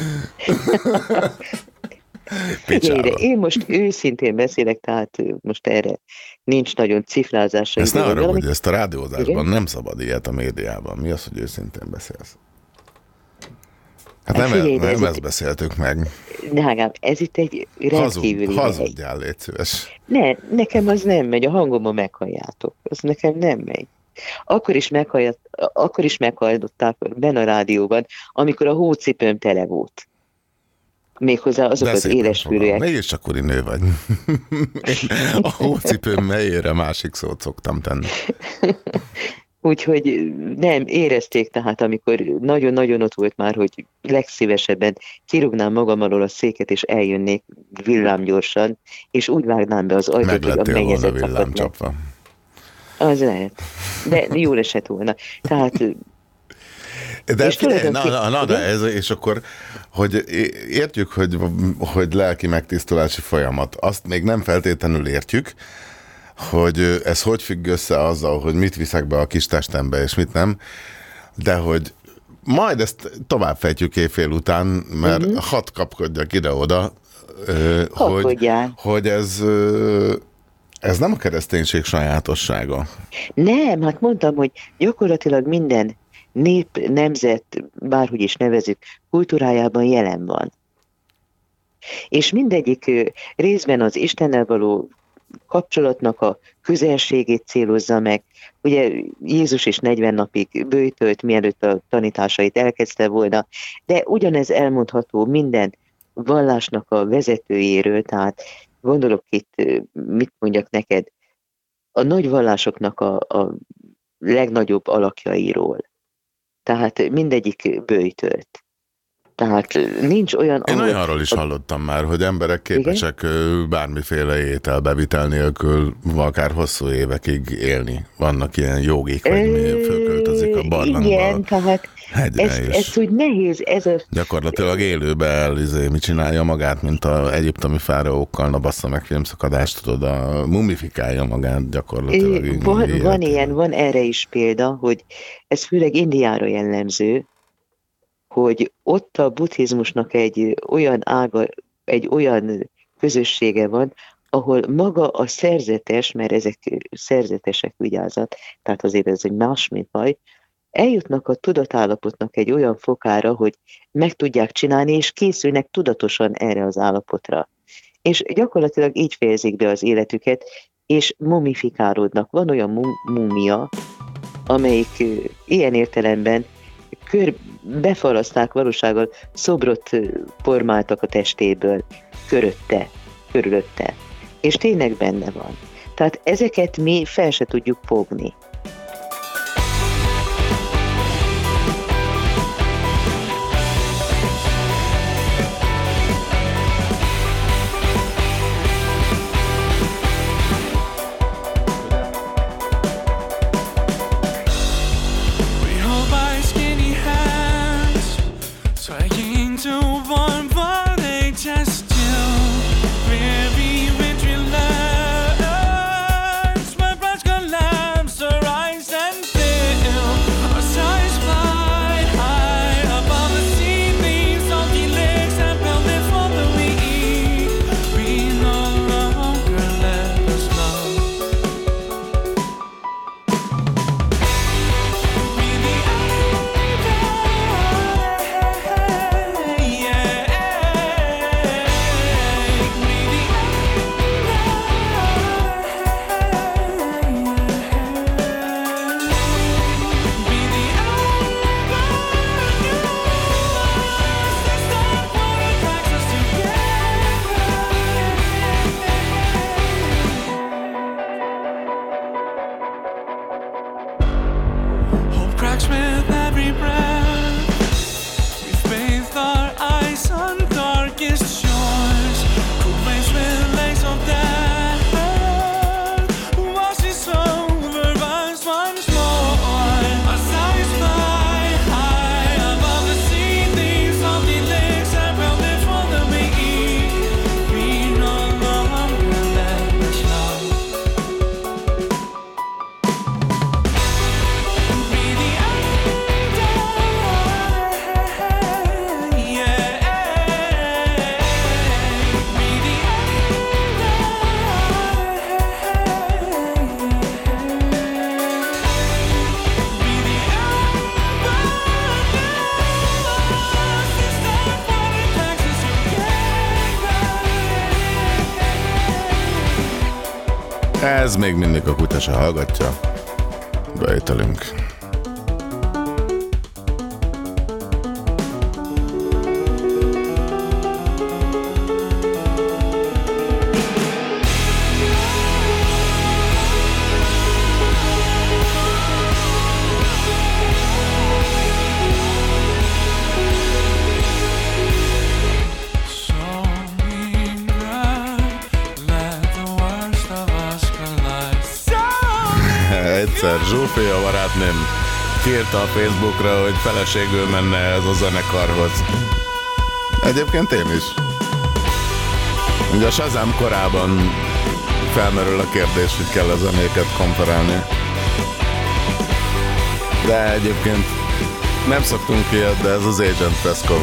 Én most őszintén beszélek, tehát most erre nincs nagyon cifrázása. Ezt ne arra, hogy ezt a rádiózásban nem szabad ilyet a médiában. Mi az, hogy őszintén beszélsz? Hát nem ezt beszéltük meg. Drágám, ez itt egy rendkívüli hazudjál, légy szíves. Nekem az nem megy, a hangomon meghalljátok. Az nekem nem megy. Akkor is meghallották benne a rádióban, amikor a hócipőm tele volt. Méghozzá azok az élesfülűek. Mégis csak urinő vagy. A hócipőm melyére másik szót szoktam tenni. Úgyhogy nem, érezték tehát, amikor nagyon-nagyon ott volt már, hogy legszívesebben kirúgnám magam alól a széket, és eljönnék villámgyorsan, és úgy vágnám be az ajtót, hogy a mennyezet villámcsapva. Az lehet. De jól esett volna. Tehát... De figyelj, és akkor, hogy értjük, hogy lelki megtisztulási folyamat, azt még nem feltétlenül értjük, hogy ez hogy függ össze azzal, hogy mit viszek be a kis testembe, és mit nem, de hogy majd ezt tovább fejtjük éjfél után, mert hadd kapkodjak ide-oda, hogy ez nem a kereszténység sajátossága. Nem, hát mondtam, hogy gyakorlatilag minden nép, nemzet, bárhogy is nevezzük, kultúrájában jelen van. És mindegyik részben az Istennel való kapcsolatnak a közelségét célozza meg. Ugye Jézus is 40 napig böjtölt, mielőtt a tanításait elkezdte volna, de ugyanez elmondható minden vallásnak a vezetőjéről, tehát gondolok itt, mit mondjak neked, a nagy vallásoknak a legnagyobb alakjairól. Tehát mindegyik böjtölt. Tehát nincs olyan... Én olyanról is hallottam már, hogy emberek képesek bármiféle ételbevitel nélkül akár hosszú évekig élni. Vannak ilyen jogik, vagy mi fölköltözik a barlangba. Igen, tehát ez úgy nehéz. Gyakorlatilag élőbe mit csinálja magát, mint az egyiptomi fáraókkal, na bassza meg filmszakadást, tudod, mumifikálja magát gyakorlatilag. Van erre is példa, hogy ez főleg Indiára jellemző, hogy ott a buddhizmusnak egy olyan ága, egy olyan közössége van, ahol maga a szerzetes, mert ezek szerzetesek, vigyázat, tehát azért ez egy más, mint baj, eljutnak a tudatállapotnak egy olyan fokára, hogy meg tudják csinálni, és készülnek tudatosan erre az állapotra. És gyakorlatilag így fejezik be az életüket, és mumifikálódnak. Van olyan múmia, amelyik ilyen értelemben befalaszták valósággal, szobrot formáltak a testéből, körülötte. És tényleg benne van. Tehát ezeket mi fel se tudjuk fogni. Ez még mindig a kutya se hallgatja. Beételünk. Zsófé, a barátnőm kiírta a Facebookra, hogy feleségül menne ez a zenekarhoz. Egyébként én is. Ugye a Shazam korában felmerül a kérdés, hogy kell a zenéket komparálni. De egyébként nem szoktunk ilyet, de ez az Agent Pesco.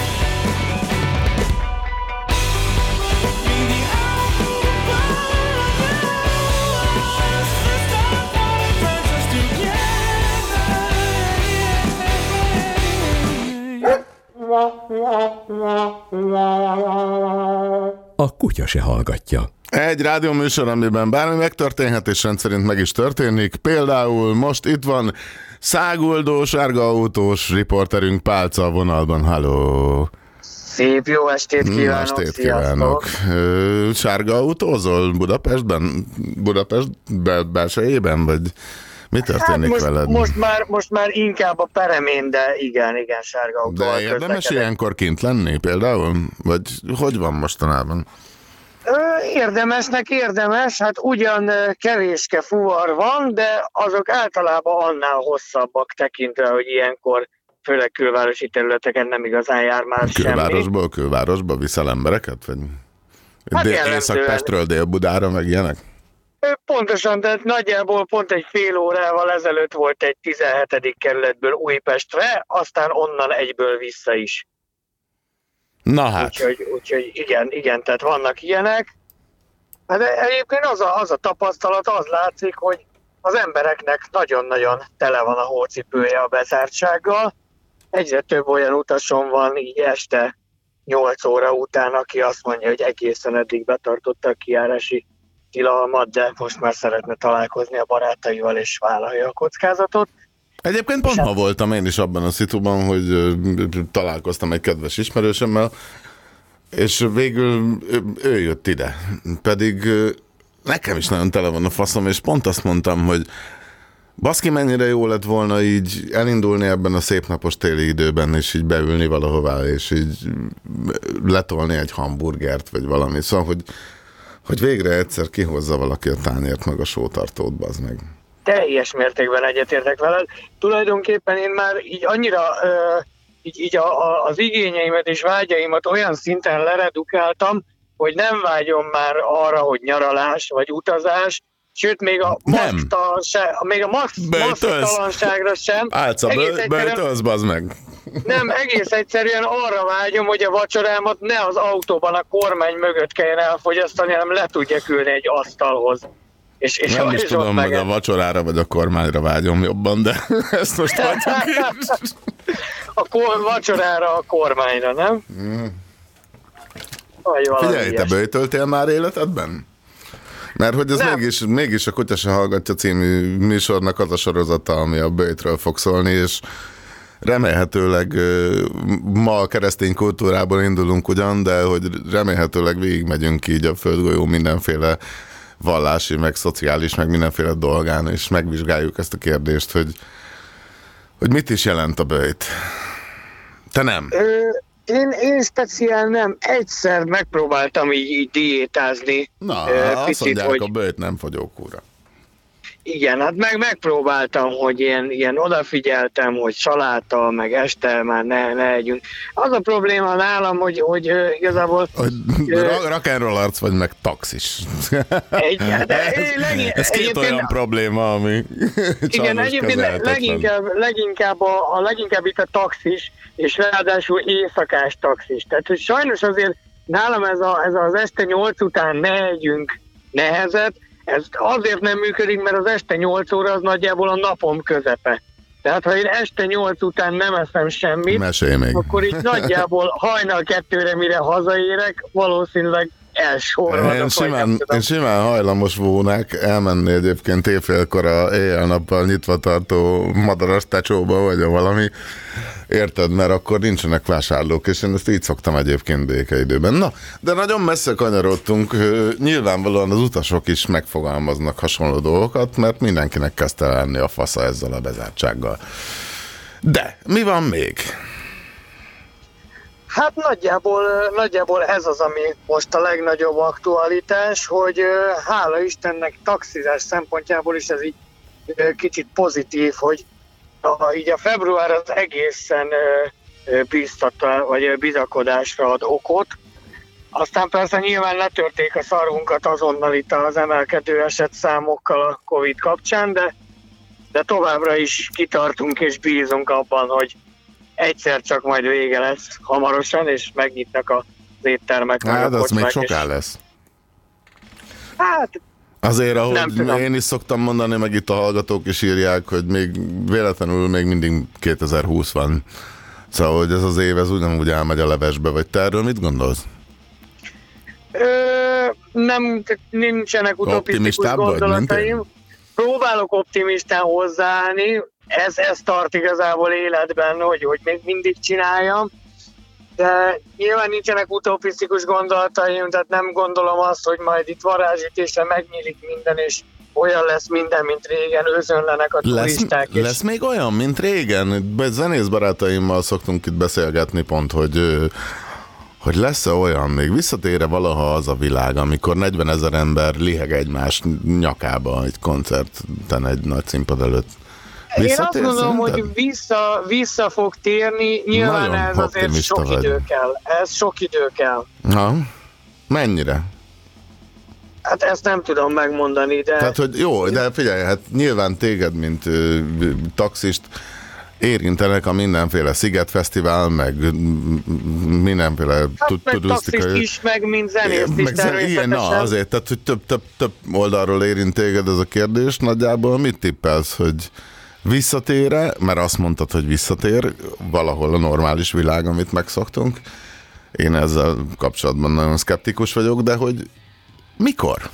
A kutya se hallgatja. Egy rádióműsor, amiben bármi megtörténhet, és rendszerint meg is történik. Például most itt van száguldó, sárga autós riporterünk Pálca a vonalban. Halló! Szép jó estét kívánok! Estét kívánok! Sárga autózol Budapestben? Budapest belsejében? Vagy Mi történik veled? Most már inkább a peremén, de igen, sárga autóval De érdemes ilyenkor kint lenni például? Vagy hogy van mostanában? Érdemes, hát ugyan kevéske fuvar van, de azok általában annál hosszabbak tekintve, hogy ilyenkor főleg külvárosi területeken nem igazán jár már semmi. Külvárosba viszel embereket? Vagy Hát Észak-Pestről Dél-Budára meg ilyenek? Pontosan, de nagyjából pont egy fél órával ezelőtt volt egy 17. kerületből Újpestre, aztán onnan egyből vissza is. Na hát. Úgyhogy igen, tehát vannak ilyenek. De egyébként az a tapasztalat, az látszik, hogy az embereknek nagyon-nagyon tele van a hócipője a bezártsággal. Egyre több olyan utason van így este 8 óra után, aki azt mondja, hogy egészen eddig betartotta a kijárási tilalmat, de most már szeretne találkozni a barátaival és vállalja a kockázatot. Egyébként pont ma voltam én is abban a szituban, hogy találkoztam egy kedves ismerősömmel, és végül ő jött ide. Pedig nekem is nagyon tele van a faszom, és pont azt mondtam, hogy baszki, mennyire jó lett volna így elindulni ebben a szép napos téli időben, és így beülni valahová, és így letolni egy hamburgert, vagy valami. Szóval, hogy végre egyszer kihozza valaki a tányért meg a sótartót, bazd meg. Teljes mértékben egyetértek veled. Tulajdonképpen én már így annyira az igényeimet és vágyaimat olyan szinten leredukáltam, hogy nem vágyom már arra, hogy nyaralás vagy utazás, sőt, még a maszktalanságra sem. Állsz a böjtölsz, bazd meg. Nem, egész egyszerűen arra vágyom, hogy a vacsorámat ne az autóban a kormány mögött kelljen elfogyasztani, hanem le tudjak ülni egy asztalhoz. És nem is tudom, hogy a vacsorára vagy a kormányra vágyom jobban, de ezt most hagyjuk is. A vacsorára, a kormányra, nem? Figyelj, te böjtöltél már életedben? Mert hogy ez mégis a Kutya se hallgatja című műsornak az a sorozata, ami a böjtről fog szólni, és remélhetőleg ma a keresztény kultúrából indulunk ugyan, de hogy remélhetőleg végigmegyünk így a földgolyó mindenféle vallási, meg szociális, meg mindenféle dolgán, és megvizsgáljuk ezt a kérdést, hogy mit is jelent a böjt. Te nem? Én speciál nem. Egyszer megpróbáltam így diétázni. Na, azt mondják, hogy a böjt nem fogyókúra. Igen, hát megpróbáltam, hogy ilyen odafigyeltem, hogy saláta, meg este már ne együnk. Az a probléma nálam, hogy igazából... Rock'n'roll arc vagy, meg taxis. Ez két olyan probléma, ami igen, egyébként leginkább itt a taxis, és ráadásul éjszakás taxis. Tehát, hogy sajnos azért nálam ez az este 8 után ne együnk nehezet, ez azért nem működik, mert az este 8 óra az nagyjából a napom közepe. Tehát ha én este 8 után nem eszem semmit, akkor így nagyjából hajnal 2-re, mire hazaérek, valószínűleg elsorvadok. Én simán hajlamos volnák elmenni egyébként éjfélkor éjjel-nappal nyitva tartó madaras tecsóba, vagy valami. Érted? Mert akkor nincsenek vásárlók, és én ezt így szoktam egyébként békeidőben. Na, de nagyon messze kanyarodtunk. Nyilvánvalóan az utasok is megfogalmaznak hasonló dolgokat, mert mindenkinek kezdte lenni a fasza ezzel a bezártsággal. De mi van még? Hát nagyjából ez az, ami most a legnagyobb aktualitás, hogy hála Istennek taxizás szempontjából is ez így kicsit pozitív, hogy így a február az egészen bíztatva, vagy bizakodásra ad okot. Aztán persze nyilván letörték a szarvunkat azonnal itt az emelkedő esetszámokkal a Covid kapcsán, de továbbra is kitartunk és bízunk abban, hogy egyszer csak majd vége lesz hamarosan, és megnyitnak az éttermek. Hát az még soká lesz. Hát azért, ahogy én is szoktam mondani, meg itt a hallgatók is írják, hogy még véletlenül még mindig 2020 van. Szóval, hogy ez az év, ez ugyanúgy elmegy a levesbe, vagy te erről mit gondolsz? Nincsenek utopisztikus gondolataim. Próbálok optimistán hozzáállni, ez tart igazából életben, hogy még mindig csináljam, de nyilván nincsenek utopisztikus gondolataim, tehát nem gondolom azt, hogy majd itt varázsütésre megnyílik minden, és olyan lesz minden, mint régen, özönlenek a turisták. Lesz még olyan, mint régen? Zenész barátaimmal szoktunk itt beszélgetni pont, hogy lesz-e olyan, még visszatére valaha az a világ, amikor 40 000 ember liheg egymás nyakába egy koncerten egy nagy színpad előtt. Én azt gondolom, hogy vissza fog térni, nyilván nagyon ez azért sok idő kell. Ez sok idő kell. Na, mennyire? Hát ezt nem tudom megmondani, de... Tehát, hogy jó, de figyelj, hát nyilván téged, mint taxist érintenek a mindenféle Szigetfesztivál, meg mindenféle meg taxist is, meg mint zenészt is természetesen. Igen, azért, tehát, hogy több oldalról érint téged ez a kérdés. Nagyjából mit tippelsz, hogy visszatér-e, mert azt mondtad, hogy visszatér valahol a normális világ, amit megszoktunk. Én ezzel kapcsolatban nagyon szkeptikus vagyok, de hogy mikor?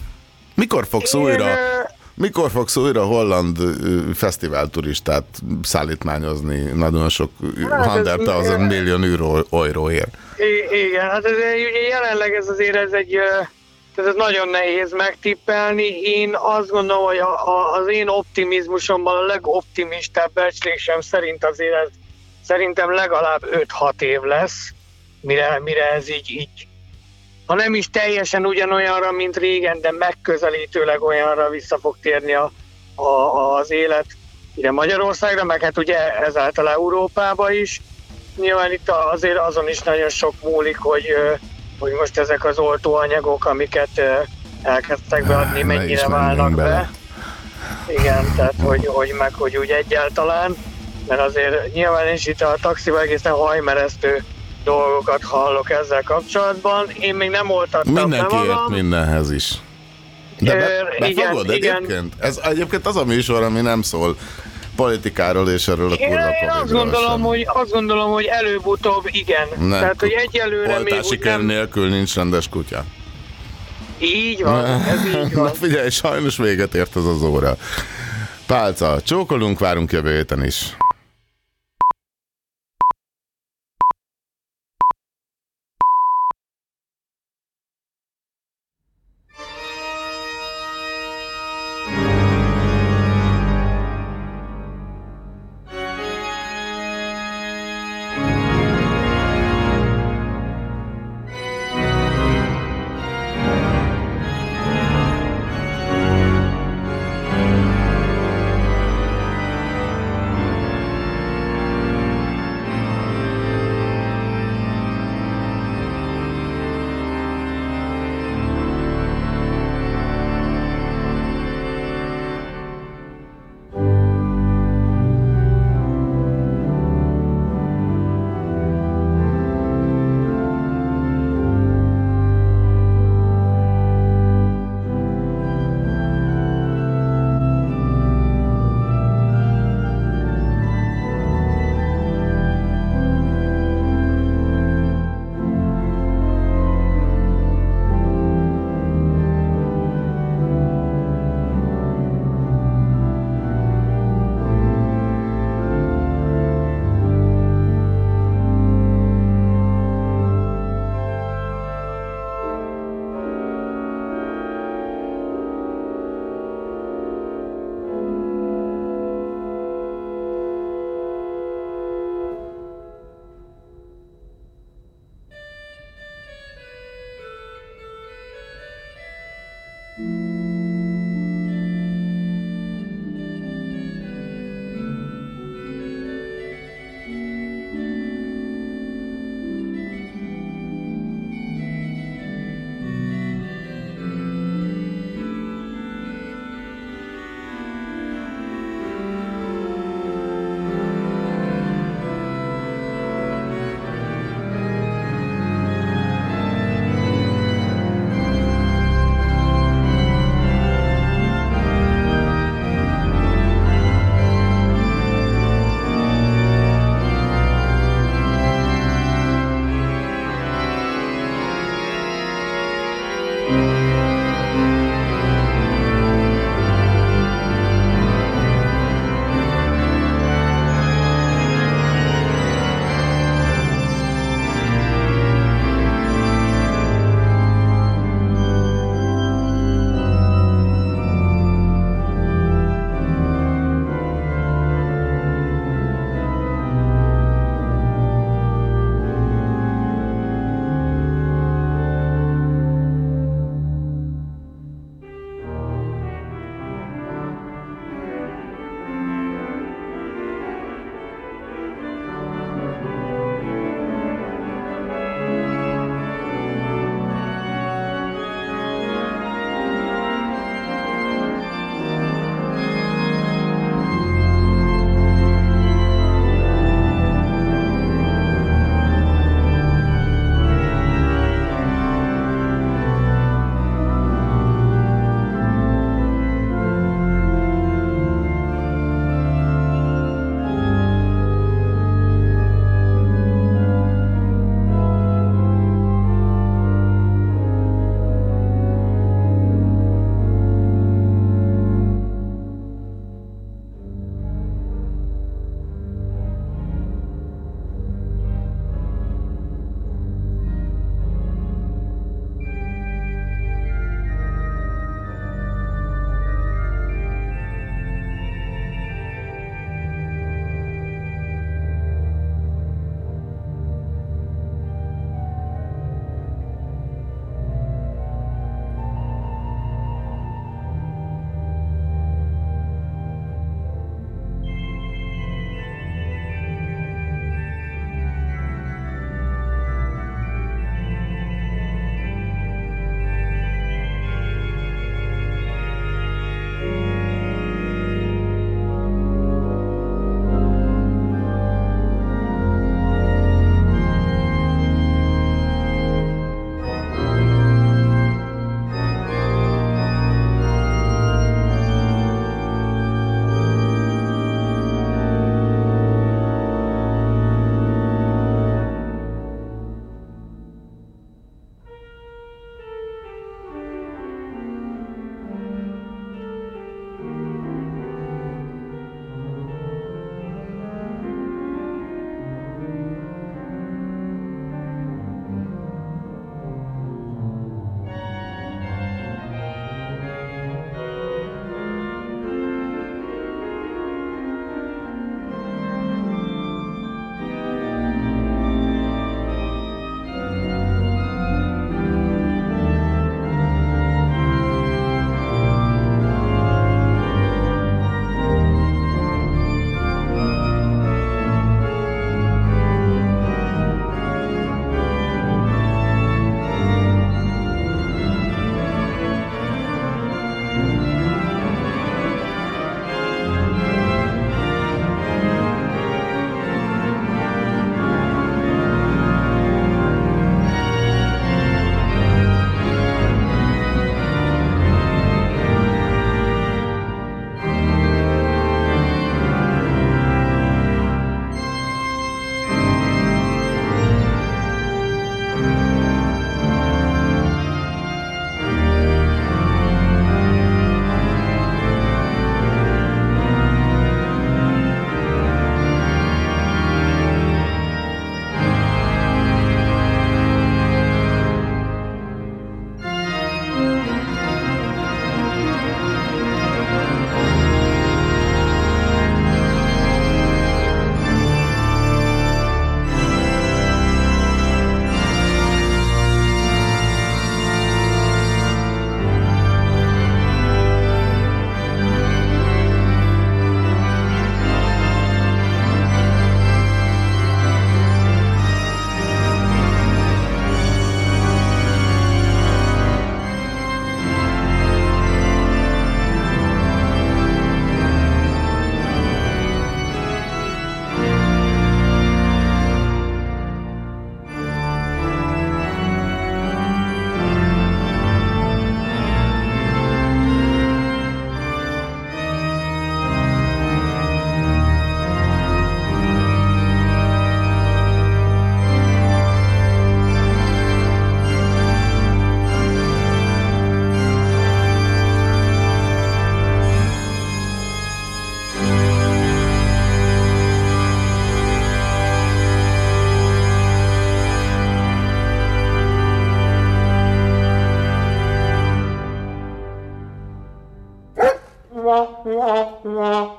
Mikor fogsz újra holland fesztiválturistát szállítmányozni nagyon sok 100,000 millió euróért? Igen, hát ugye jelenleg ez nagyon nehéz megtippelni. Én azt gondolom, hogy az én optimizmusomban a legoptimistább becslésem szerint azért ez szerintem legalább 5-6 év lesz, mire ez így ha nem is teljesen ugyanolyanra, mint régen, de megközelítőleg olyanra vissza fog térni az élet ide Magyarországra, meg hát ugye ezáltal Európába is. Nyilván itt azért azon is nagyon sok múlik, hogy most ezek az oltóanyagok, amiket elkezdtek beadni, mennyire válnak be. Igen, tehát hogy úgy egyáltalán, mert azért nyilván is itt a taxival egészen hajmeresztő dolgokat hallok ezzel kapcsolatban. Én még nem oltattam be magam. Mindenki ért mindenhez is. De befogod egyébként? Ez egyébként az a műsor, ami nem szól politikáról és erről a kurva Covid-ról. Én azt gondolom, hogy előbb-utóbb igen. Nem, tehát, hogy egyelőre még úgy nem... nélkül nincs rendes kutya. Így van, ez így van. Na figyelj, sajnos véget ért ez az óra. Pálca, csókolunk, várunk jövő héten is.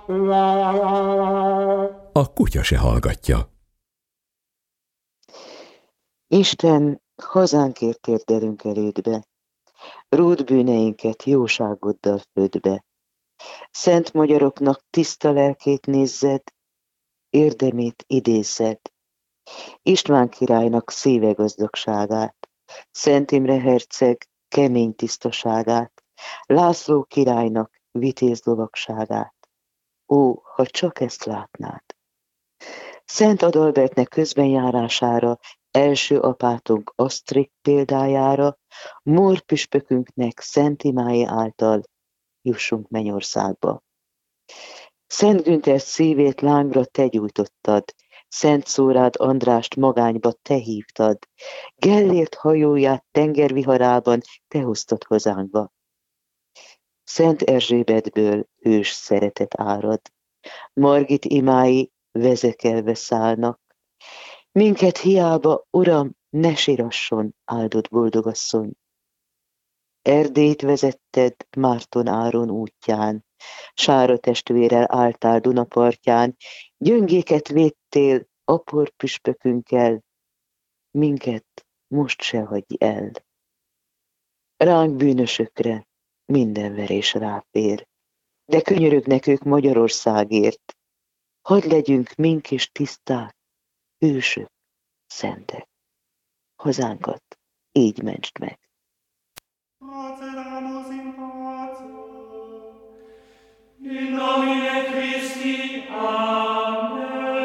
A kutya se hallgatja. Isten, hazánkért térdelünk elődbe, ród bűneinket jóságoddal födbe. Szent magyaroknak tiszta lelkét nézzed, érdemét idézzed. István királynak szíve gazdagságát, Szent Imre herceg kemény tisztaságát, László királynak vitéz lovagságát. Ó, ha csak ezt látnád! Szent Adalbertnek közbenjárására, első apátunk Asztrik példájára, Mór püspökünknek szent imái által jussunk mennyországba. Szent Günther szívét lángra te gyújtottad, Szent Szórád Andrást magányba te hívtad, Gellért hajóját tengerviharában te hoztad hazánkba. Szent Erzsébetből hős szeretet árad, Margit imái vezekelve szállnak. Minket hiába, Uram, ne sirasson, áldott boldogasszony. Erdélyt vezetted Márton Áron útján, Sára testvérrel álltál Dunapartján, gyöngéket védtél apor püspökünkkel, minket most se hagyj el. Ránk bűnösökre minden verés ráfér, de könyörögnek ők Magyarországért. Hadd legyünk mink és tiszták, hősök, szentek. Hazánkat így mentsd meg. In nomine Christi, Amen.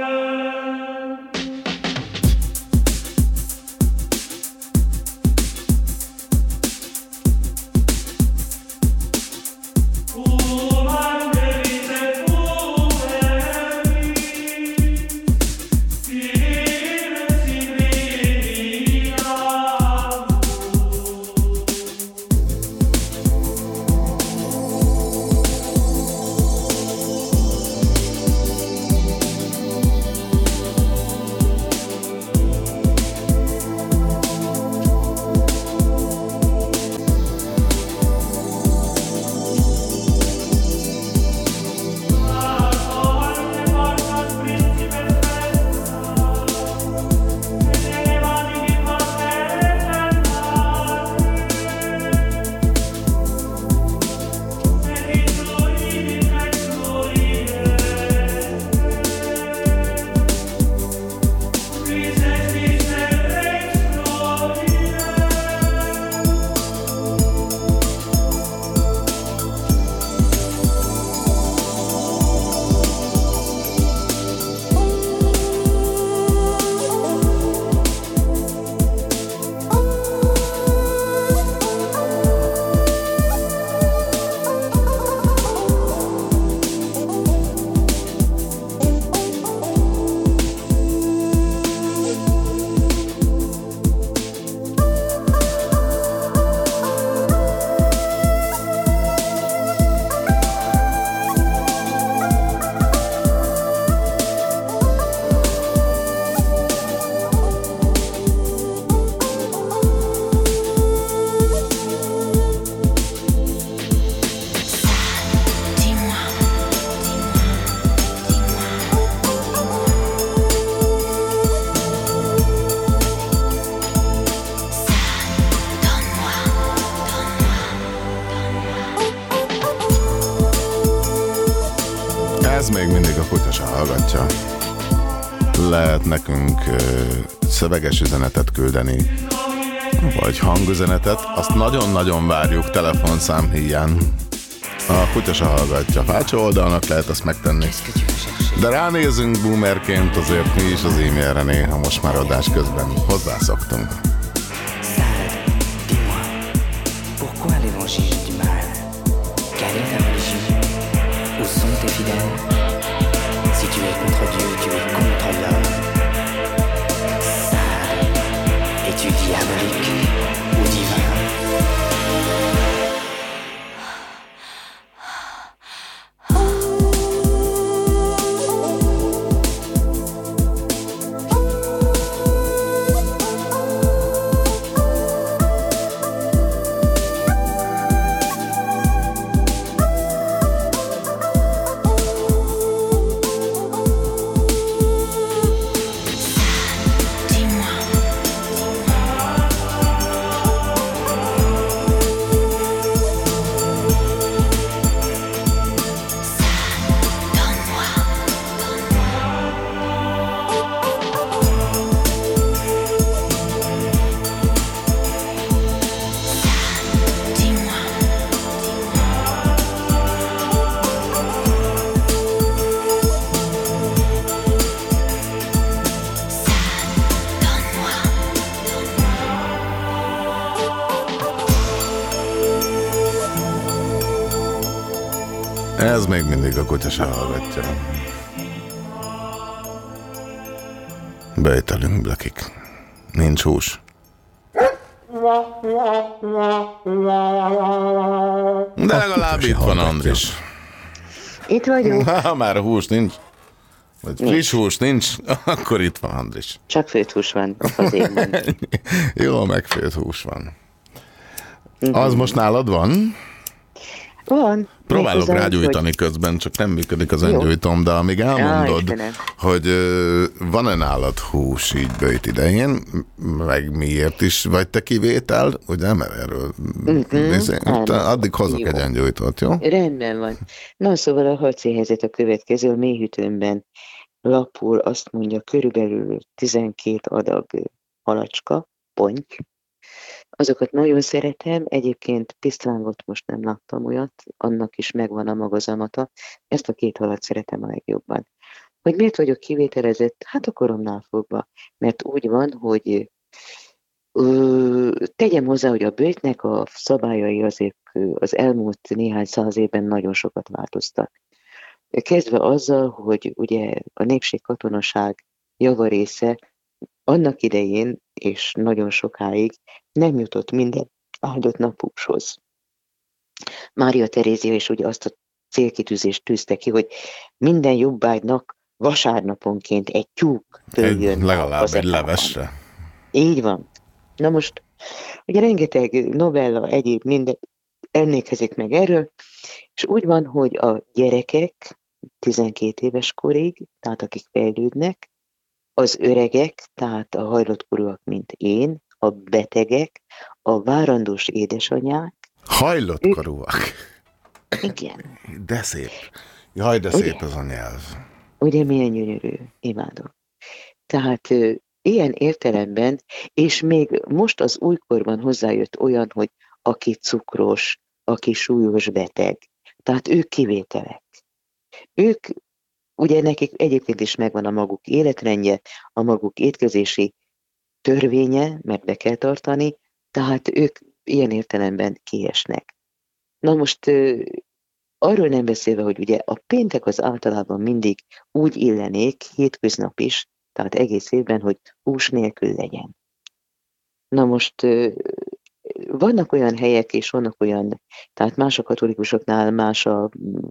Ez még mindig a kutya se hallgatja. Lehet nekünk szöveges üzenetet küldeni, vagy hangüzenetet, azt nagyon-nagyon várjuk telefonszám híján. A kutya se hallgatja. Fácsa oldalnak lehet azt megtenni. De ránézünk boomerként, azért mi is az e-mailre néha most már adás közben hozzászoktunk. Pourquoi l'évangile du mal? Quelle est ta religion? Où sont tes fidèles? Si tu es contre Dieu, tu es contre l'homme. Sale, es-tu diabolique ou divin? Ez még mindig a kutya se hallgatja. Bejtelünk, blekik. Nincs hús. De legalább itt van Andris. Itt vagyok. Ha már a hús nincs, vagy friss hús nincs, akkor itt van Andris. Csak főtt hús van az évben. Jó, megfőtt hús van. Az most nálad van? Van. Próbálok rágyújtani közben, csak nem működik az öngyújtom, de amíg elmondod, hogy van-e nálad hús így böjt idején, meg miért is vagy te kivétel, ugye, mert erről addig hozok egy öngyújtót, jó? Rendben van. Na, szóval a harci helyzet a következő, a mélyhűtőmben lapul, azt mondja, körülbelül 12 adag halacska, ponty. Azokat nagyon szeretem, egyébként pisztrángot most nem láttam olyat, annak is megvan a magazamata. Ezt a 2 halat szeretem a legjobban. Hogy miért vagyok kivételezett? Hát a koromnál fogva. Mert úgy van, hogy tegyem hozzá, hogy a böjtnek a szabályai azért az elmúlt néhány száz évben nagyon sokat változtak. Kezdve azzal, hogy ugye a népség katonaság javarésze annak idején, és nagyon sokáig nem jutott minden áldott napúshoz. Mária Terézia is ugye azt a célkitűzést tűzte ki, hogy minden jobbágynak vasárnaponként egy tyúk följön. Legalább egy levesre. Így van. Na most, ugye rengeteg novella, egyéb minden emlékezik meg erről, és úgy van, hogy a gyerekek 12 éves korig, tehát akik fejlődnek, az öregek, tehát a hajlottkorúak, mint én, a betegek, a várandós édesanyák. Hajlottkorúak? Igen. De szép. Jaj, de ugye? Szép ez a nyelv. Ugye milyen gyönyörű, imádom. Tehát ilyen értelemben, és még most az újkorban hozzájött olyan, hogy aki cukros, aki súlyos beteg. Tehát ők kivételek. Ők, ugye nekik egyébként is megvan a maguk életrendje, a maguk étkezési törvénye, mert be kell tartani, tehát ők ilyen értelemben kiesnek. Na most arról nem beszélve, hogy ugye a péntek az általában mindig úgy illenék, hétköznap is, tehát egész évben, hogy hús nélkül legyen. Na most vannak olyan helyek, és vannak olyan, tehát más a katolikusoknál, más a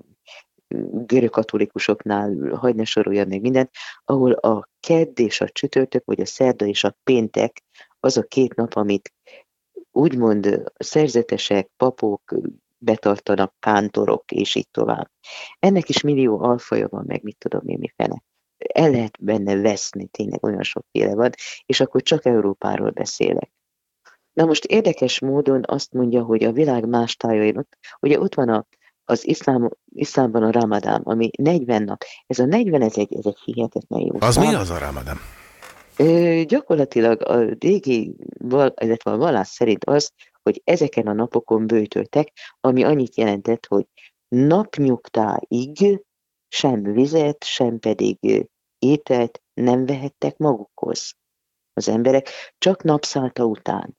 görög katolikusoknál, hadd ne soroljam még mindent, ahol a kedd és a csütörtök, vagy a szerda és a péntek az a 2 nap, amit úgymond szerzetesek, papok betartanak, kántorok, és így tovább. Ennek is millió alfaja van, meg mit tudom én mifele. El lehet benne veszni, tényleg olyan sokféle van, és akkor csak Európáról beszélek. Na most érdekes módon azt mondja, hogy a világ más tájain, ugye ott van az iszlámban a Ramadán, ami 40 nap. Ez a 40, ez egy hihetetlen jó Az szám. mi az a Ramadán? Gyakorlatilag a régi, illetve a vallás szerint az, hogy ezeken a napokon böjtöltek, ami annyit jelentett, hogy napnyugtáig sem vizet, sem pedig ételt nem vehettek magukhoz az emberek, csak napszálta után.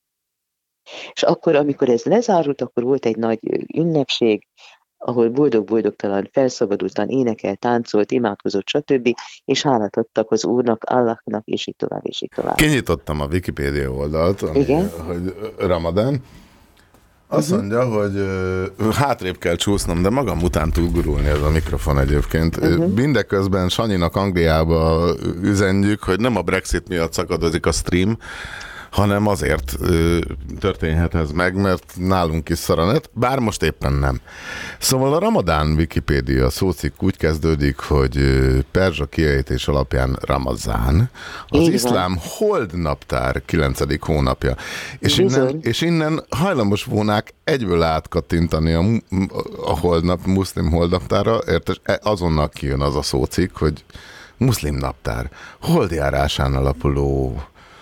És akkor, amikor ez lezárult, akkor volt egy nagy ünnepség, ahol boldog-boldogtalan, felszabadultan énekel, táncolt, imádkozott, stb. És hálát adtak az Úrnak, Allahnak, és így tovább, és így tovább. Kinyitottam a Wikipédia oldalt, ami, hogy Ramadán. Azt mondja, hogy hátrébb kell csúsznom, de magam után tud gurulni ez a mikrofon egyébként. Mindeközben Sanyinak Angliába üzenjük, hogy nem a Brexit miatt szakadozik a stream, hanem azért történhet ez meg, mert nálunk is szaranet, bár most éppen nem. Szóval a Ramadán Wikipédia szócikk úgy kezdődik, hogy perzsa kiejtés alapján Ramazán, az iszlám holdnaptár 9. hónapja. És innen hajlamos volnák egyből átkattintani a holdnap, muszlim holdnaptára, értes? Azonnal kijön az a szócikk, hogy muszlim naptár, holdjárásán alapuló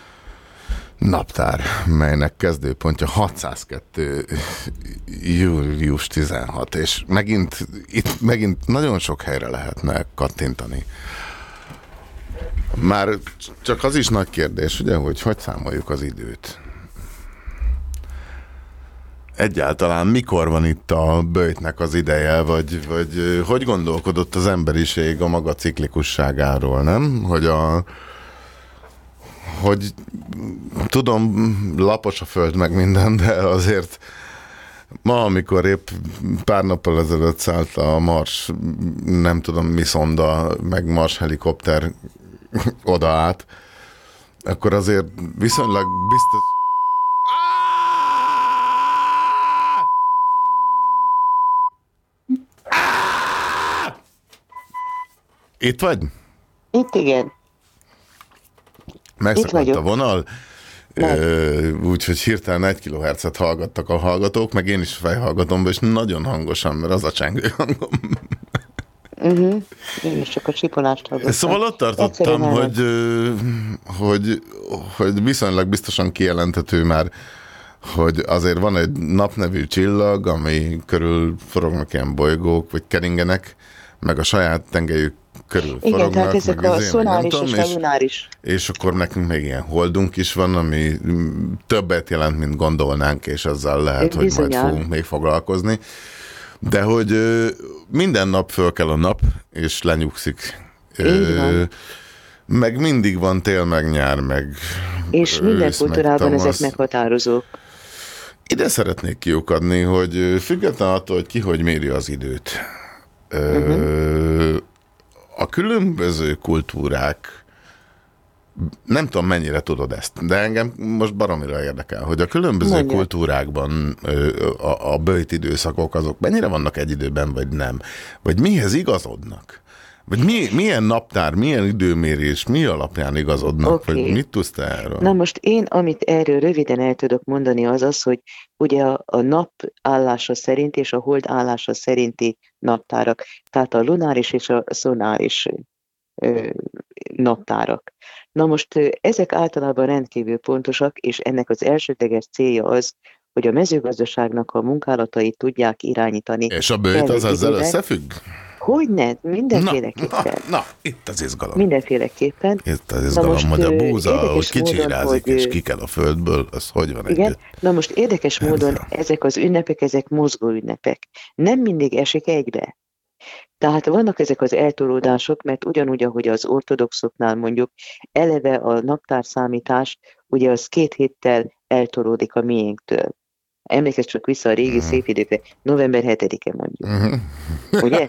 naptár, melynek kezdőpontja 602. július 16, és itt megint nagyon sok helyre lehetne kattintani. Már csak az is nagy kérdés, ugye, hogy számoljuk az időt. egyáltalán mikor van itt a böjtnek az ideje, vagy hogy gondolkodott az emberiség a maga ciklikusságáról, nem? Hogy tudom, lapos a föld meg minden, de azért ma, amikor épp pár nappal ezelőtt szállt a Mars, nem tudom mi szonda, meg Mars helikopter oda át, akkor azért viszonylag biztos... Itt vagy? Itt igen. Megszakadt a vonal, úgyhogy hirtelen 1 kHz-et hallgattak a hallgatók, meg én is fejhallgatomba, és nagyon hangosan, mert az a csengő hangom. Én is csak a csipolást hallgattam. Szóval ott tartottam, hogy viszonylag biztosan kijelenthető már, hogy azért van egy napnevű csillag, ami körül forognak ilyen bolygók, vagy keringenek, meg a saját tengelyük körül igen, forognak. Tehát ezek a szonáris és a lunáris. És akkor nekünk még ilyen holdunk is van, ami többet jelent, mint gondolnánk, és ezzel lehet, hogy majd fogunk még foglalkozni. De hogy minden nap föl kell a nap, és lenyugszik. Meg mindig van tél, meg nyár, meg és minden kultúrában ezek meghatározók. Ide szeretnék kiukadni, hogy független attól, hogy ki hogy méri az időt. A különböző kultúrák, nem tudom mennyire tudod ezt, de engem most baromira érdekel, hogy a különböző kultúrákban a böjt időszakok azok mennyire vannak egy időben, vagy nem? Vagy mihez igazodnak? Vagy milyen naptár, milyen időmérés, mi alapján igazodnak? Vagy mit tudsz te erről? Na most én, amit erről röviden el tudok mondani, az az, hogy ugye a nap állása szerint és a hold állása szerinti naptárak, tehát a lunáris és a szonáris naptárak. Na most ezek általában rendkívül pontosak, és ennek az elsődleges célja az, hogy a mezőgazdaságnak a munkálatait tudják irányítani. És a böjt az ezzel összefügg? Hogyne, mindenféleképpen. Na, itt az izgalom. Mindenféleképpen. Itt az izgalom, hogy a búza, hogy kicsirázik és kikel a földből, az hogy van igen? együtt? Na most érdekes módon ezek az ünnepek, ezek mozgó ünnepek. Nem mindig esik egybe. Tehát vannak ezek az eltolódások, mert ugyanúgy, ahogy az ortodoxoknál mondjuk, eleve a naptárszámítás, ugye az 2 héttel eltolódik a miénktől. Emlékezz csak vissza a régi szép időkre, november 7-e mondjuk. Ugye?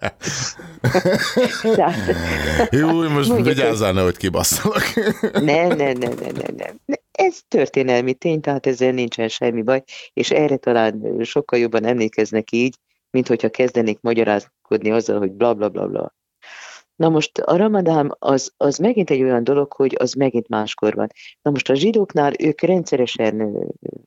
Jó, most vigyázzál, nehogy kibasszalak. Nem. Ez történelmi tény, tehát ezzel nincsen semmi baj, és erre talán sokkal jobban emlékeznek így, mint hogyha kezdenék magyarázkodni azzal, hogy bla bla bla bla. Na most a ramadán az megint egy olyan dolog, hogy az megint máskor van. Na most a zsidóknál ők rendszeresen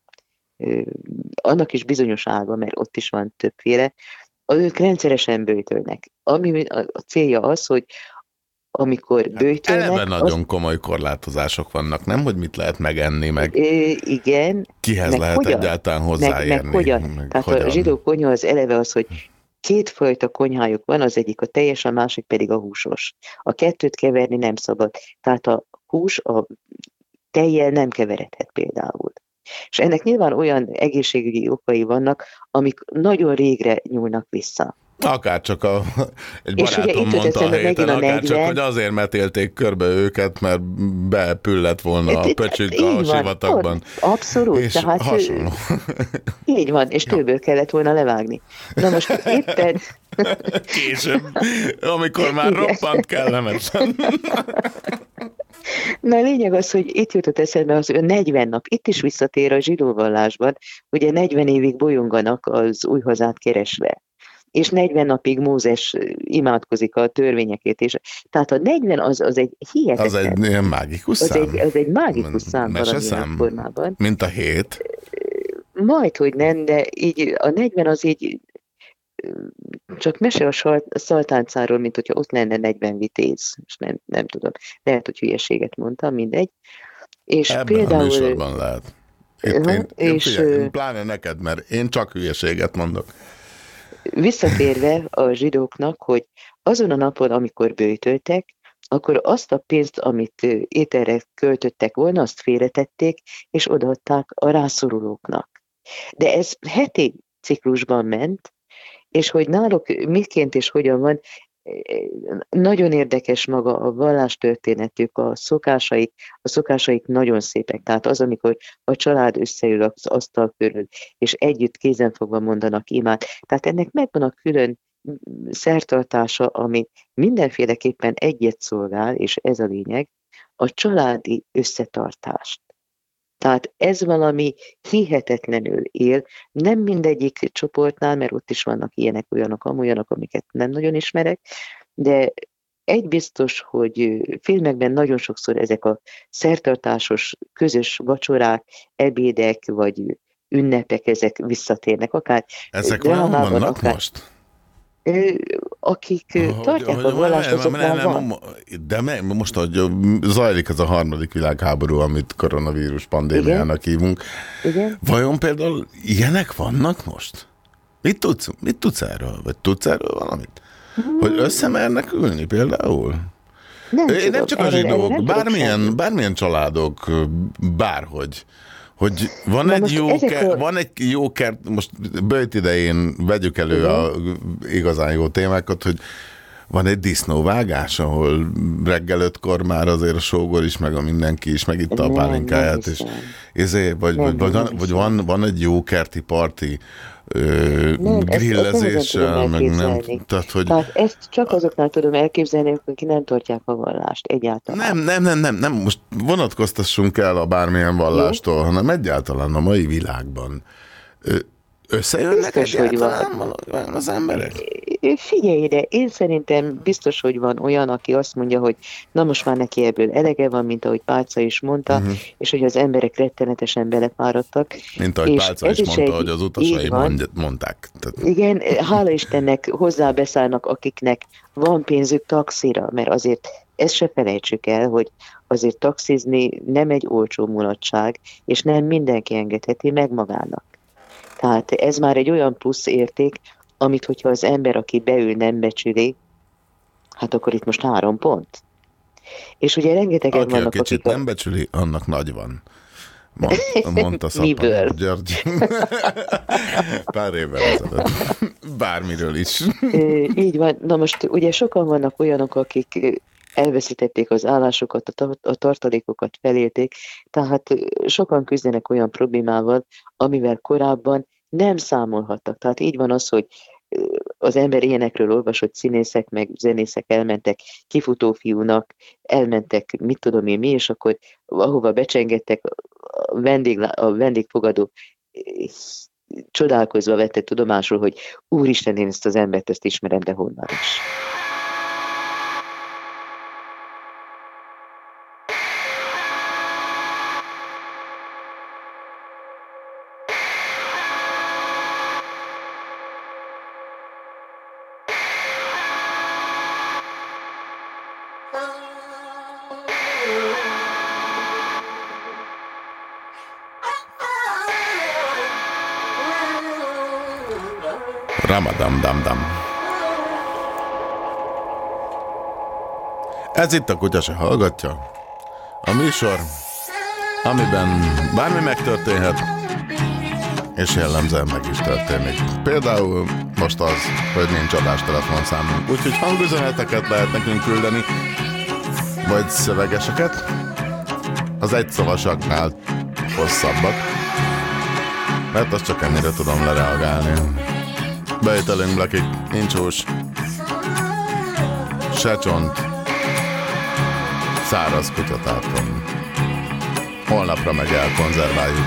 annak is bizonyos ága, mert ott is van többféle, ők rendszeresen böjtölnek. Ami a célja az, hogy amikor böjtölnek... Eleve nagyon komoly korlátozások vannak, nem? Hogy mit lehet megenni, meg igen, kihez meg lehet hogyan? egyáltalán hozzáérni. Meg hogyan? Tehát hogyan? A zsidó konyha az eleve az, hogy 2 fajta konyhájuk van, az egyik a teljes, a másik pedig a húsos. A 2-t keverni nem szabad. Tehát a hús a tejjel nem keveredhet például. És ennek nyilván olyan egészségügyi okai vannak, amik nagyon régre nyúlnak vissza. Akárcsak egy barátom mondta a héten, akárcsak, hogy azért metélték körbe őket, mert bepüllett volna a pöcsük a sivatagban. Abszolút. És tehát hasonló. Így van, és többől kellett volna levágni. Na most éppen... Később, amikor már roppant kellemetlen. Na a lényeg az, hogy itt jutott eszembe az 40 nap, itt is visszatér a zsidó vallásban, ugye 40 évig bolyonganak az új hazát keresve. És 40 napig Mózes imádkozik a törvényekért, és tehát a 40 az egy hihetetlen. Az egy ilyen mágikus szám. Az egy mágikus szám valamilyen formában. Mint a 7. Majdhogy nem, de így a 40 az így csak mese a szaltáncáról, mint hogyha ott lenne 40 vitéz, és nem tudom. Lehet, hogy hülyeséget mondtam, mindegy. És ebben például... a műsorban lehet. Én pláne neked, mert én csak hülyeséget mondok. Visszatérve a zsidóknak, hogy azon a napon, amikor böjtöltek, akkor azt a pénzt, amit ételre költöttek volna, azt félretették, és odaadták a rászorulóknak. De ez heti ciklusban ment, és hogy náluk miként és hogyan van, nagyon érdekes maga a vallástörténetük, a szokásaik nagyon szépek. Tehát az, amikor a család összeül az asztal körül, és együtt kézenfogva mondanak imát. Tehát ennek megvan a külön szertartása, ami mindenféleképpen egyet szolgál, és ez a lényeg, a családi összetartást. Tehát ez valami hihetetlenül él, nem mindegyik csoportnál, mert ott is vannak ilyenek, olyanok, amolyanok, amiket nem nagyon ismerek, de egy biztos, hogy filmekben nagyon sokszor ezek a szertartásos, közös vacsorák, ebédek, vagy ünnepek, ezek visszatérnek. Akár ezek vannak akár, most? Akik tartják a vallást, azoknál van. De most, hogy zajlik ez a harmadik világháború, amit koronavírus pandémiának hívunk. Igen? Vajon például ilyenek vannak most? Mit tudsz erről? Vagy tudsz erről valamit? Hogy összemernek ülni például? Nem csak a zsidók, bármilyen családok, bárhogy. Hogy van egy jó kert, most böjt idején vegyük elő a igazán jó témákat, hogy van egy disznóvágás, ahol reggel 5-kor már azért a sógor is, meg a mindenki is megitta a pálinkáját, és vagy van egy jó kerti parti grillezéssel, meg nem. Tehát ezt csak azoknál tudom elképzelni, akik nem tartják a vallást egyáltalán. Nem, most vonatkoztassunk el a bármilyen vallástól, hanem egyáltalán a mai világban. Összejönnek egyáltalán az emberek? Figyelj ide, én szerintem biztos, hogy van olyan, aki azt mondja, hogy na most már neki ebből elege van, mint ahogy Pálca is mondta, és hogy az emberek rettenetesen belefáradtak. Mint ahogy Pálca is mondta, hogy az utasai mondták. Igen, hála Istennek hozzábeszállnak, akiknek van pénzük taxira, mert azért ezt se felejtsük el, hogy azért taxizni nem egy olcsó mulatság, és nem mindenki engedheti meg magának. Tehát ez már egy olyan plusz érték, amit hogyha az ember, aki beül, nem becsüli, hát akkor itt most 3 pont. És ugye rengetegen vannak, akik... Aki kicsit nem becsüli, annak nagy van. Mondta Szappan György. Pár évvel ezelőtt. Bármiről is. Így van. Na most ugye sokan vannak olyanok, akik elveszítették az állásokat, a tartalékokat felélték, tehát sokan küzdenek olyan problémával, amivel korábban nem számolhattak. Tehát így van az, hogy az ember ilyenekről olvasott, színészek meg zenészek elmentek kifutófiúnak, elmentek mit tudom én mi, és akkor ahova becsengettek, a vendégfogadó csodálkozva vette tudomásul, hogy úristen, én ezt az embert, ezt ismerem, de honnan is. Ramadam-dam-dam. Ez itt a Kutya se hallgatja. A műsor, amiben bármi megtörténhet, és jellemzően meg is történik. Például most az, hogy nincs adástelefonszámunk. Úgyhogy hangüzeneteket lehet nekünk küldeni, vagy szövegeseket. Az egyszavasaknál hosszabbak. Mert azt csak ennyire tudom lereagálni. Bejtelünk lakik, nincs hús, se csont, száraz kutyatápon. Holnapra meg elkonzerváljuk.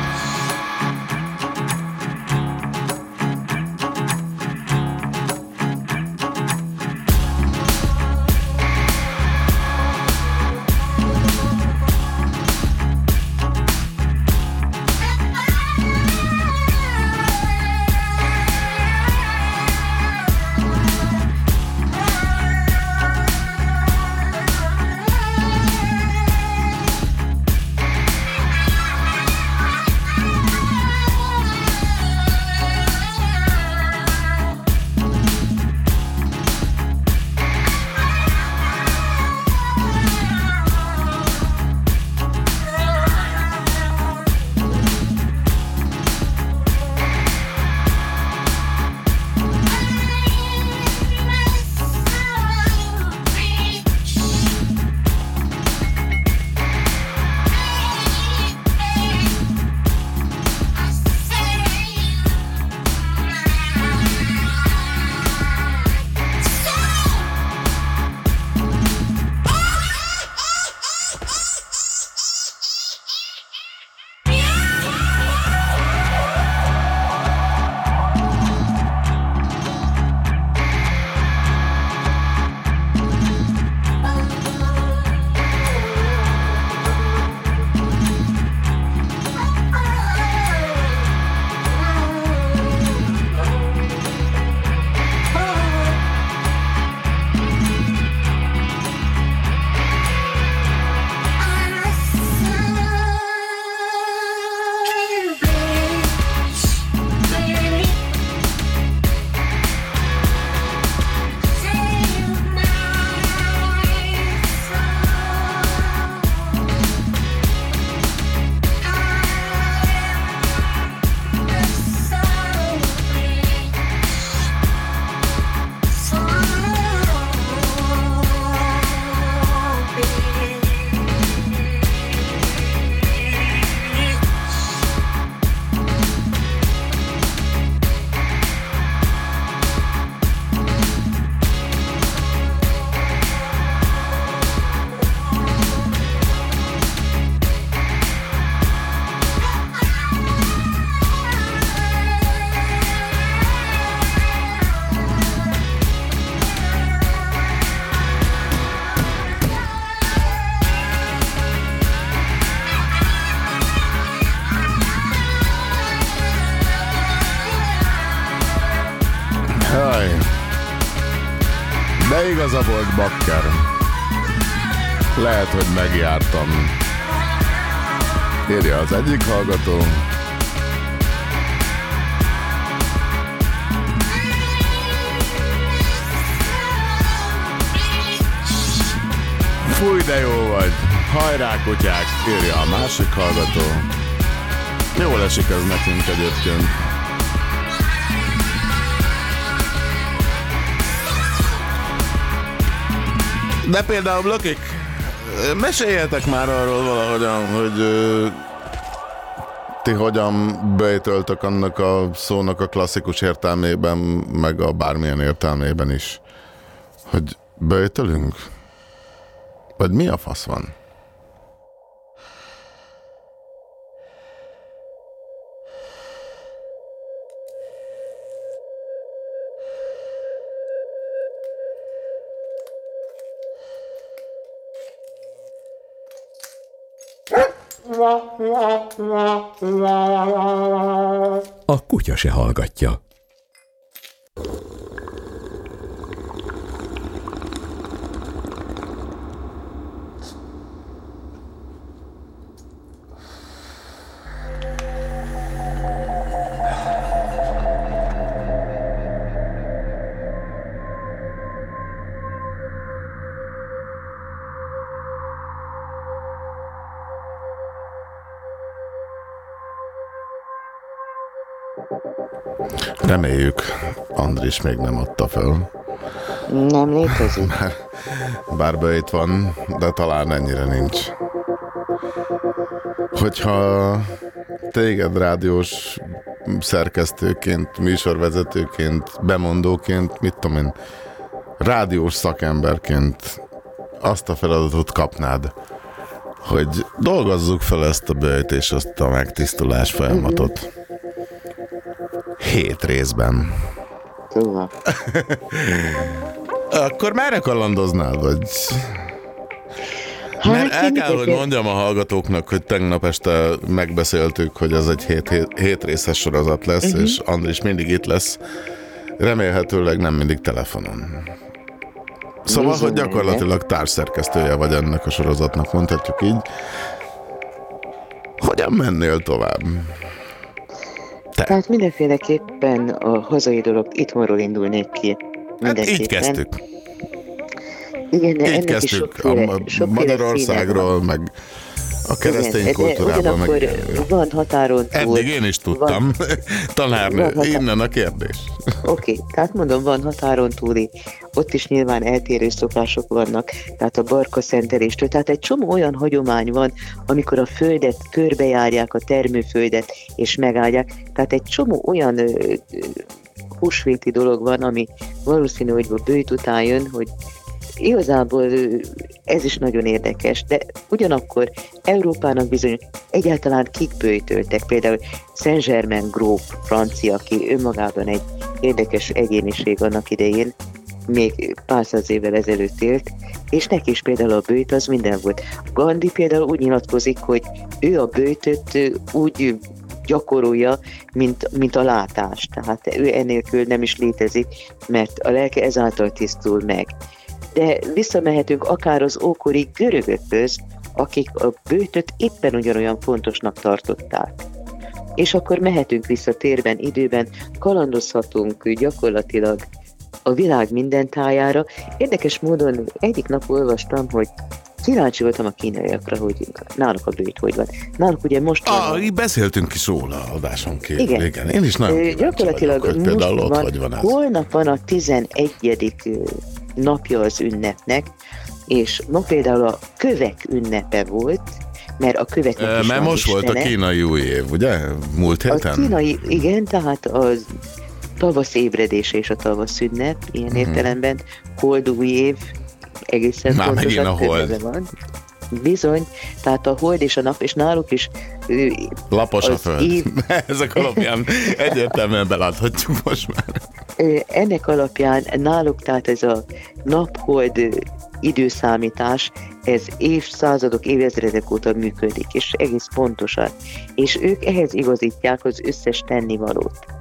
De igaza volt, bakker. Lehet, hogy megjártam. Írja az egyik hallgató. Fúj, de jó vagy. Hajrá, kutyák, írja a másik hallgató. Jól esik ez nekünk egyébként. De például, Blökik, meséljetek már arról valahogyan, hogy ti hogyan bejtöltök annak a szónak a klasszikus értelmében, meg a bármilyen értelmében is. Hogy bejtölünk? Vagy mi a fasz van? A kutya se hallgatja. Reméljük, Andris még nem adta föl. Nem létezik. Bár bejt van, de talán ennyire nincs. Hogyha téged rádiós szerkesztőként, műsorvezetőként, bemondóként, mit tudom én, rádiós szakemberként azt a feladatot kapnád, hogy dolgozzuk fel ezt a bejt és azt a megtisztulás folyamatot. 7 részben. Akkor merre kalandoznál, vagy? Mert el kell, hogy mondjam a hallgatóknak, hogy tegnap este megbeszéltük, hogy ez egy 7 részes sorozat lesz, és Andris mindig itt lesz. Remélhetőleg nem mindig telefonon. Szóval, hogy gyakorlatilag társszerkesztője vagy ennek a sorozatnak, mondhatjuk így. Hogyan mennél tovább? Tehát mindenféleképpen a hazai dolog itthonról indulnék ki. Hát így kezdtük. Igen, de így ennek kezdtük is a Magyarországról, meg a keresztény kultúrában. Ugyanakkor van határon túl. Eddig én is tudtam. Tanárnő, innen a kérdés. Oké, tehát mondom, van határon túli, ott is nyilván eltérő szokások vannak, tehát a barka szenteléstől, tehát egy csomó olyan hagyomány van, amikor a földet körbejárják, a termőföldet, és megáldják, tehát egy csomó olyan húsvéti dolog van, ami valószínű, hogy a bőjt után jön, hogy igazából ez is nagyon érdekes, de ugyanakkor Európának bizony egyáltalán kik bőjtöltek, például Saint-Germain gróf francia, aki önmagában egy érdekes egyéniség annak idején, még pár száz évvel ezelőtt élt, és neki is például a bőjt az minden volt. Gandhi például úgy nyilatkozik, hogy ő a bőjtöt úgy gyakorolja, mint a látást, tehát ő ennélkül nem is létezik, mert a lelke ezáltal tisztul meg. De visszamehetünk akár az ókori görögökhöz, akik a bőjtöt éppen ugyanolyan fontosnak tartották. És akkor mehetünk vissza térben, időben, kalandozhatunk gyakorlatilag a világ minden tájára. Érdekes módon egyik nap olvastam, hogy kíváncsi voltam a kínaiakra, hogy náluk a bőjt hogy van. Náluk ugye most van... Beszéltünk is róla adáson kívül. Igen. Én is nagyon gyakorlatilag vagyok, hogy például ott van, hogy van ez. Holnap van a 11. napja az ünnepnek, és ma például a kövek ünnepe volt, mert a köveknek is mert most istene. volt a kínai új év, ugye? Múlt héten? A kínai, igen, tehát az tavasz ébredése és a tavasz ünnep, ilyen értelemben, hold új év, egészen már megint a hold. Van. Bizony, tehát a hold és a nap, és náluk is lapos a föld. Ezek alapján egyértelműen beláthatjuk most már. Ennek alapján náluk, tehát ez a nap-hold időszámítás, ez évszázadok, évezredek óta működik, és egész pontosan. És ők ehhez igazítják az összes tennivalót.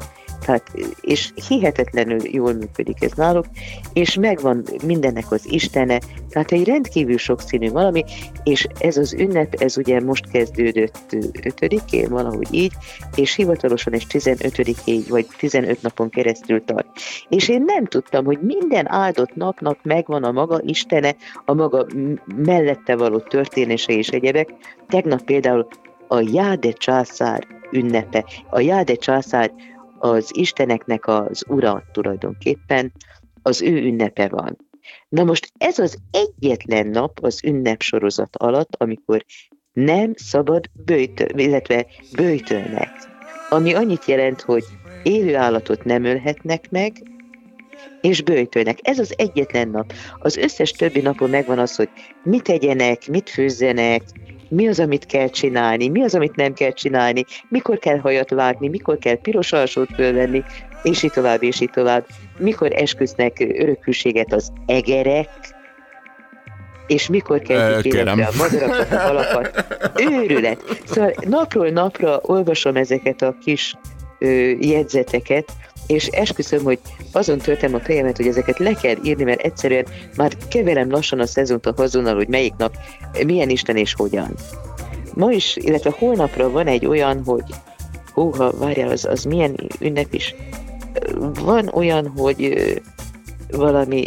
Tehát, és hihetetlenül jól működik ez náluk, és megvan mindennek az istene, tehát egy rendkívül sokszínű valami, és ez az ünnep, ez ugye most kezdődött 5-én, valahogy így, és hivatalosan is 15-ig, vagy 15 napon keresztül tart. És én nem tudtam, hogy minden áldott napnak megvan a maga istene, a maga mellette való történése és egyebek. Tegnap például a Jáde császár ünnepe. A Jáde császár az isteneknek az ura tulajdonképpen, az ő ünnepe van. Na most ez az egyetlen nap az ünnepsorozat alatt, amikor nem szabad illetve böjtölnek. Ami annyit jelent, hogy élő állatot nem ölhetnek meg, és böjtölnek. Ez az egyetlen nap. Az összes többi napon megvan az, hogy mit tegyenek, mit főzzenek, mi az, amit kell csinálni, mi az, amit nem kell csinálni, mikor kell hajat vágni, mikor kell piros alsót fölvenni, és így tovább, és így tovább. Mikor esküsznek örökhűséget az egerek, és mikor kezdik életre a madarakat, a halakat. Őrület! Szóval napról napra olvasom ezeket a kis jegyzeteket, és esküszöm, hogy azon töltem a fejemet, hogy ezeket le kell írni, mert egyszerűen már keverem lassan a szezont a hazonnal, hogy melyik nap milyen isten és hogyan. Ma is, illetve holnapra van egy olyan, hogy várjál, az milyen ünnep is? Van olyan, hogy valami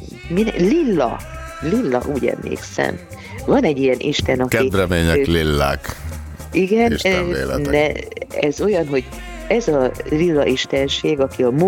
Lilla, úgy emlékszem. Van egy ilyen isten, aki... Kedvemények lillák. Igen, ez olyan, hogy ez a lila istenség, aki a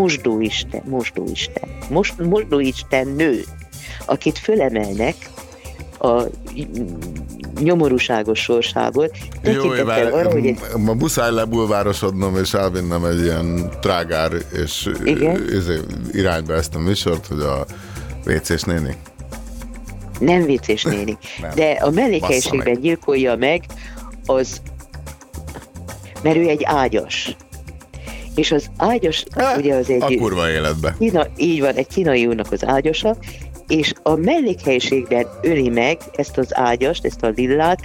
mosdóisten nő, akit fölemelnek a nyomorúságos sorsából. Jó, ma muszáj lebulvárosodnom, és elvinnem egy ilyen trágár és irányba ezt a műsort, hogy a WC-s néni. Nem WC-s néni, de a mellékhelyiségben gyilkolja meg az, mert ő egy ágyas. És az ágyas, ugye az egy... A kurva életbe. Így van, egy kínai úrnak az ágyasa, és a mellékhelyiségben öli meg ezt az ágyast, ezt a lillát,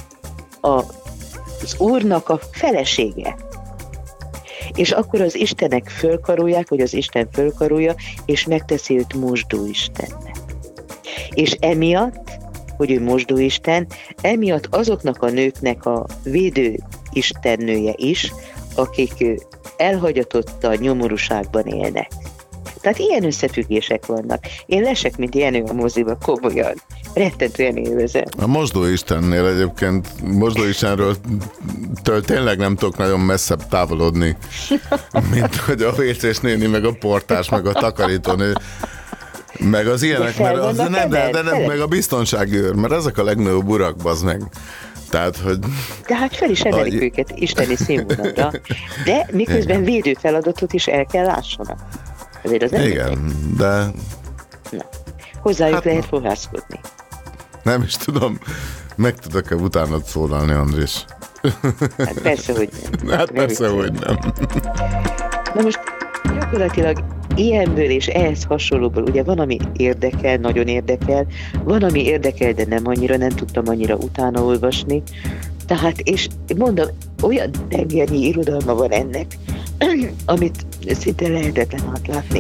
az úrnak a felesége. És akkor az istenek fölkarolják, vagy az Isten fölkarolja, és megteszi őt mosdóistennek. És emiatt, hogy ő mosdóisten, emiatt azoknak a nőknek a védő istennője is, akik elhagyatott a nyomorúságban élnek. Tehát ilyen összefüggések vannak. Én lesek, mint Jenő a moziba, komolyan. Rettentően élvezem. A mosdóistennél egyébként, mosdóistenről tényleg nem tudok nagyon messzebb távolodni, mint hogy a WC-s néni, meg a portás, meg a takarítónő, meg az ilyenek, mert meg a biztonsági őr, mert ezek a legnagyobb urak, bazd meg. Tehát, hogy... De hát fel is emelik őket isteni színvonalra, de miközben védő feladatot is el kell lássanak. Azért az nem igen, de... Na, hozzájuk lehet fohászkodni. Nem is tudom, meg tudok-e utánad szólalni, Andris? Hát persze, hogy nem. Hát persze, hogy nem. Na most gyakorlatilag ilyenből és ehhez hasonlóból, ugye van, ami érdekel, nagyon érdekel, van, ami érdekel, de nem annyira, nem tudtam annyira utána olvasni. Tehát, és mondom, olyan tengernyi irodalma van ennek, amit szinte lehetetlen átlátni.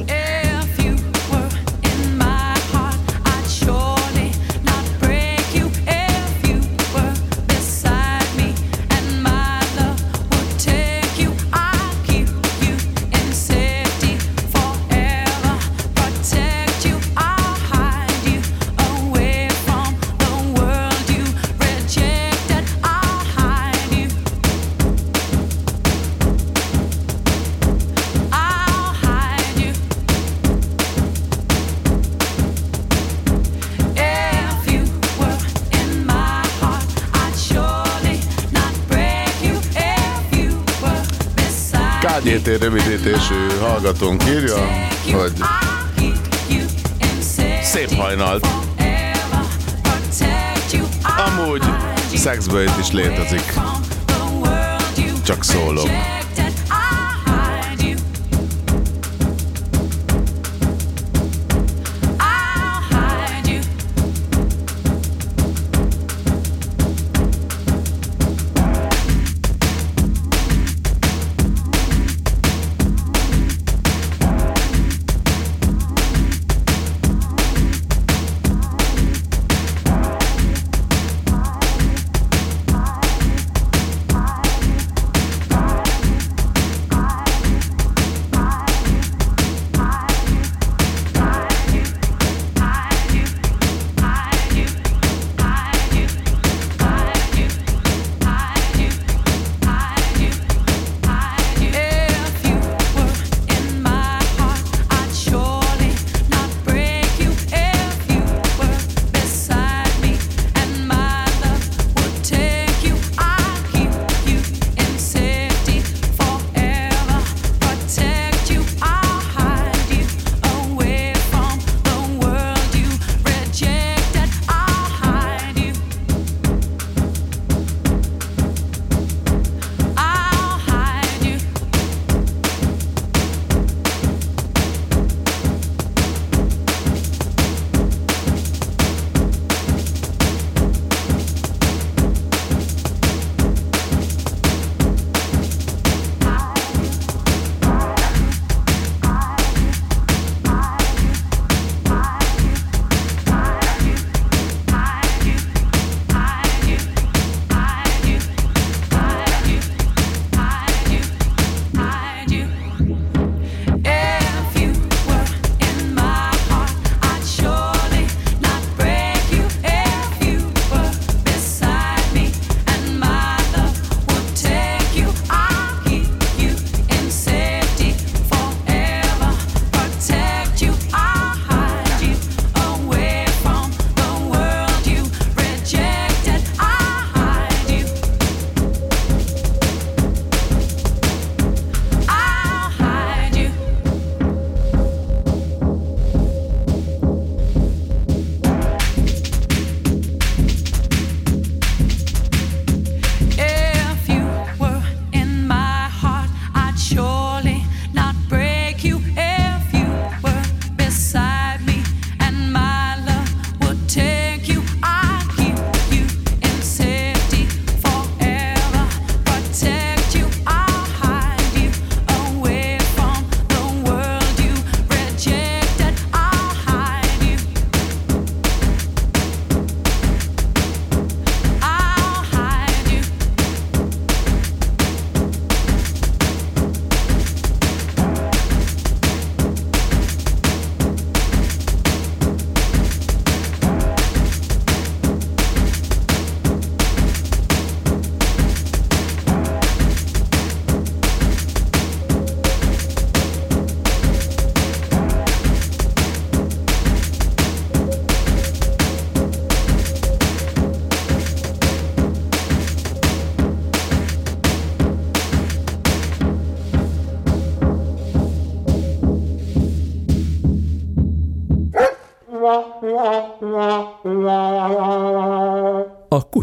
KGT rövidítésű hallgatónk írja, hogy szép hajnalt. Amúgy szexböjt is létezik. Csak szólok.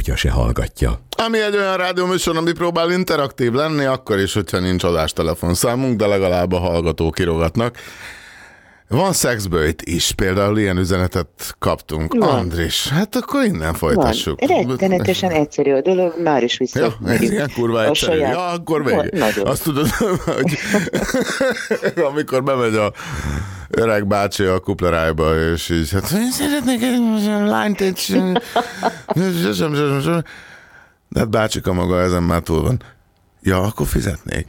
kutya se hallgatja. Ami egy olyan rádióműsor, ami próbál interaktív lenni, akkor is, hogyha nincs adástelefonszámunk, de legalább a hallgatók írogatnak. Van szexböjt is, például ilyen üzenetet kaptunk. Van. Andris, hát akkor innen folytassuk. Van. Rettenetesen egyszerű a dolog, már is vissza. Ja, ez ilyen kurva egyszerű. Ja, akkor végig. Azt tudod, hogy amikor bemegy a öreg bácsi a kuplerájba, és így, hát szeretnék egy lányt, egy... De hát bácsika maga ezen már túl van. Ja, akkor fizetnék.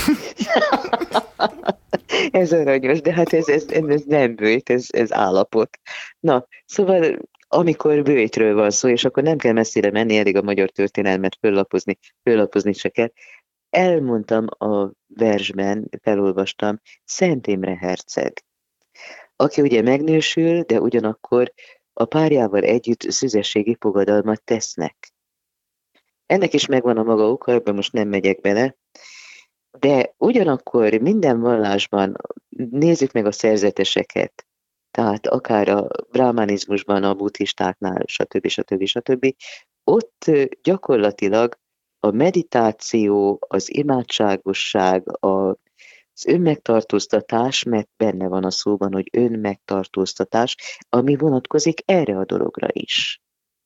Ez aranyos, de hát ez nem bőjt, ez állapot. Na, szóval amikor bőjtről van szó, és akkor nem kell messzire menni, elég a magyar történelmet föllapozni se kell. Elmondtam a versben, felolvastam Szent Imre herceg, aki ugye megnősül, de ugyanakkor a párjával együtt szüzességi fogadalmat tesznek. Ennek is megvan a maga oka, ebben most nem megyek bele, de ugyanakkor minden vallásban nézzük meg a szerzeteseket, tehát akár a brahmanizmusban, a buddhistáknál, stb. Ott gyakorlatilag a meditáció, az imádságosság, az önmegtartóztatás, mert benne van a szóban, hogy önmegtartóztatás, ami vonatkozik erre a dologra is.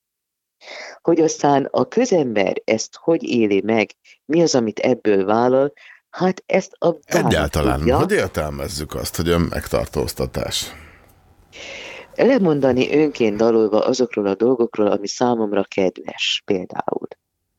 Hogy aztán a közember ezt hogy éli meg, mi az, amit ebből vállal, hát ezt a egyáltalán, tudja. hogy értelmezzük azt, hogy önmegtartóztatás? Lemondani önként dalolva azokról a dolgokról, ami számomra kedves, például.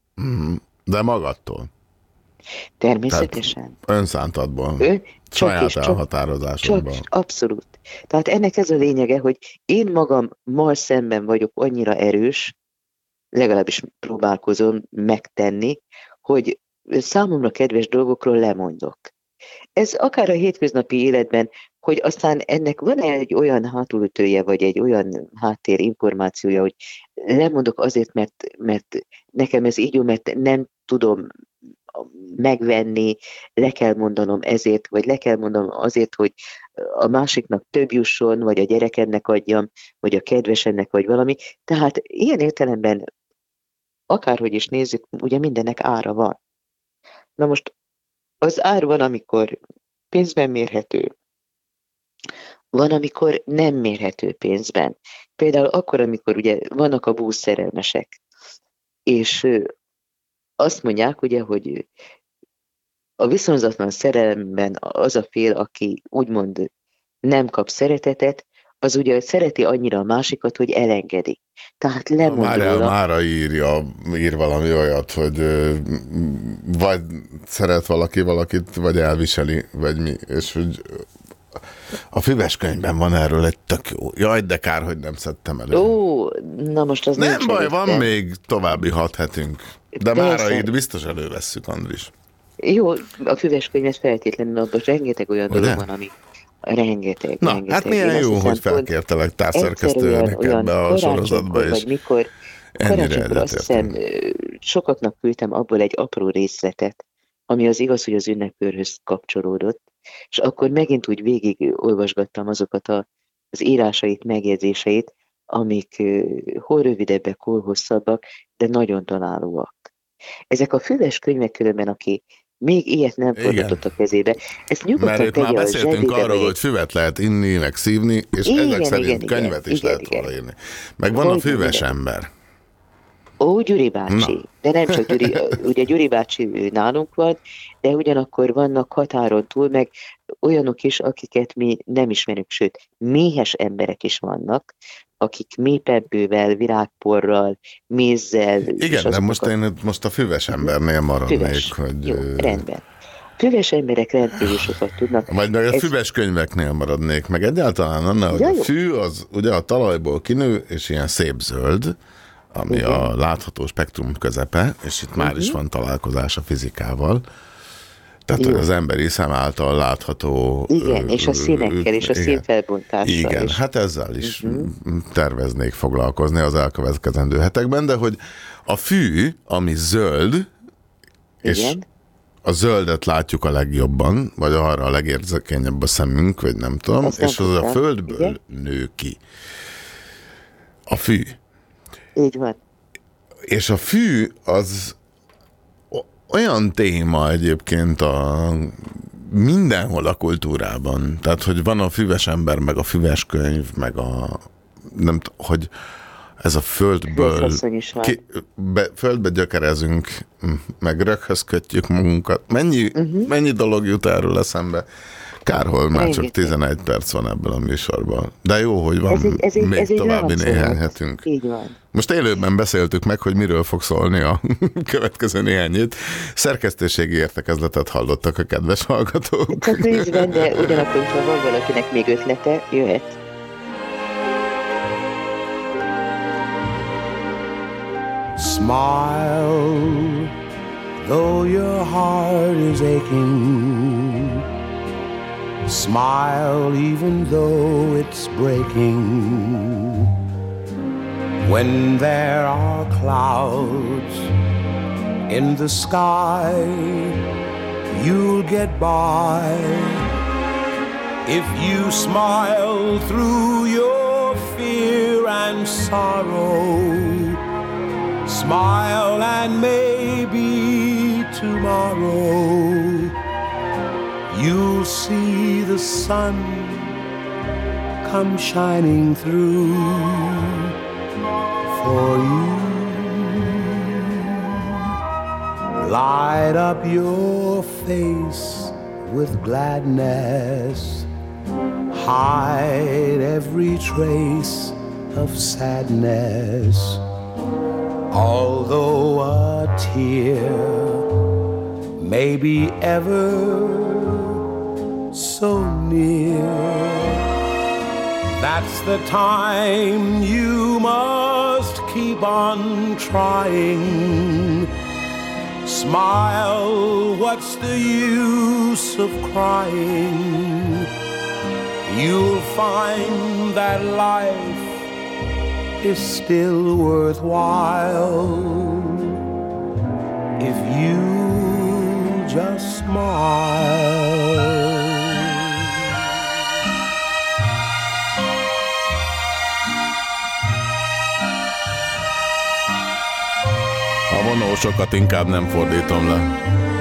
De magadtól? Természetesen. Tehát önszántadból. Saját elhatározásodból. Abszolút. Tehát ennek ez a lényege, hogy én magammal szemben vagyok annyira erős, legalábbis próbálkozom megtenni, hogy számomra kedves dolgokról lemondok. Ez akár a hétköznapi életben, hogy aztán ennek van egy olyan hátulütője, vagy egy olyan háttérinformációja, hogy lemondok azért, mert nekem ez így jó, mert nem tudom megvenni, le kell mondanom ezért, vagy le kell mondanom azért, hogy a másiknak több jusson, vagy a gyerekemnek adjam, vagy a kedvesemnek, vagy valami. Tehát ilyen értelemben akárhogy is nézzük, ugye mindennek ára van. Na most az ár van, amikor pénzben mérhető, van, amikor nem mérhető pénzben. Például akkor, amikor ugye vannak a búszerelmesek, és azt mondják, ugye, hogy a viszonzatlan szerelemben az a fél, aki úgymond nem kap szeretetet, az ugye szereti annyira a másikat, hogy elengedi. Tehát lemond róla. Mára ír valami olyat, hogy vagy szeret valakit, vagy elviseli, vagy mi, és hogy a füves könyvben van erről egy tök jó. Jaj, de kár, hogy nem szedtem elő. Ó, na most az nem nincs baj, előttem. van még további 6 hetünk. De mára ír, biztos elővesszük, Andris. Jó, a füves könyvet feltétlenül, abban rengeteg olyan dolog van, ami rengeteg. Hát milyen jó, hogy felkértelek társszerkesztőnek ebbe a sorozatba, és vagy mikor karácsonykor azt hiszem, sokaknak küldtem abból egy apró részletet, ami az igaz, hogy az ünnepőrhöz kapcsolódott, és akkor megint úgy végig olvasgattam azokat az írásait, megjegyzéseit, amik hol rövidebbek, hol hosszabbak, de nagyon találóak. Ezek a füves könyvek különben, aki még ilyet nem fordított a kezébe, ezt nyugodtan tegye a zsebébe. Mert itt már beszéltünk arról, hogy füvet lehet inni, meg szívni, és ezek szerint könyvet is lehet róla írni. Meg van a füves ember. Ó, Gyuri bácsi. De nem csak Gyuri, ugye Gyuri bácsi nálunk van, de ugyanakkor vannak határon túl, meg olyanok is, akiket mi nem ismerünk, sőt, méhes emberek is vannak, akik mélypebbővel, virágporral, mézzel... Igen, de most a füves embernél maradnék, hogy... Jó, rendben. Füves emberek rendkívül sokat tudnak. Vagy meg a füves könyveknél maradnék, meg egyáltalán annál, hogy a fű az ugye a talajból kinő, és ilyen szép zöld, ami a látható spektrum közepe, és itt már is van találkozás a fizikával. Tehát hogy az emberi szem által látható... Igen, és a színekkel, és a színfelbontással. Igen, is. hát ezzel is terveznék foglalkozni az elkövetkezendő hetekben, de hogy a fű, ami zöld, és a zöldet látjuk a legjobban, vagy arra a legérzékenyebb a szemünk, vagy nem tudom, és az a földből nő ki. A fű. Így van. És a fű az olyan téma egyébként mindenhol a kultúrában. Tehát, hogy van a füves ember, meg a füves könyv, meg nem hogy ez a földből földbe gyökerezünk, meg röghöz kötjük magunkat. Mennyi dolog jut erről eszembe? Kárhol már csak 11 perc van ebből a műsorban. De jó, hogy van még további néhány hetünk. Így van. Most élőben beszéltük meg, hogy miről fog szólni a következő néhány hét. Szerkesztőségi értekezletet hallottak a kedves hallgatók. Csak részben, de ugyanakkor, ha van valakinek még ötlete, jöhet. Smile, though your heart is aching. Smile, even though it's breaking. When there are clouds in the sky, you'll get by. If you smile through your fear and sorrow, smile and maybe tomorrow you'll see the sun come shining through for you. Light up your face with gladness, hide every trace of sadness. Although a tear may be ever so near, that's the time you must keep on trying. Smile, what's the use of crying? You'll find that life is still worthwhile if you just smile. A vonósokat inkább nem fordítom le.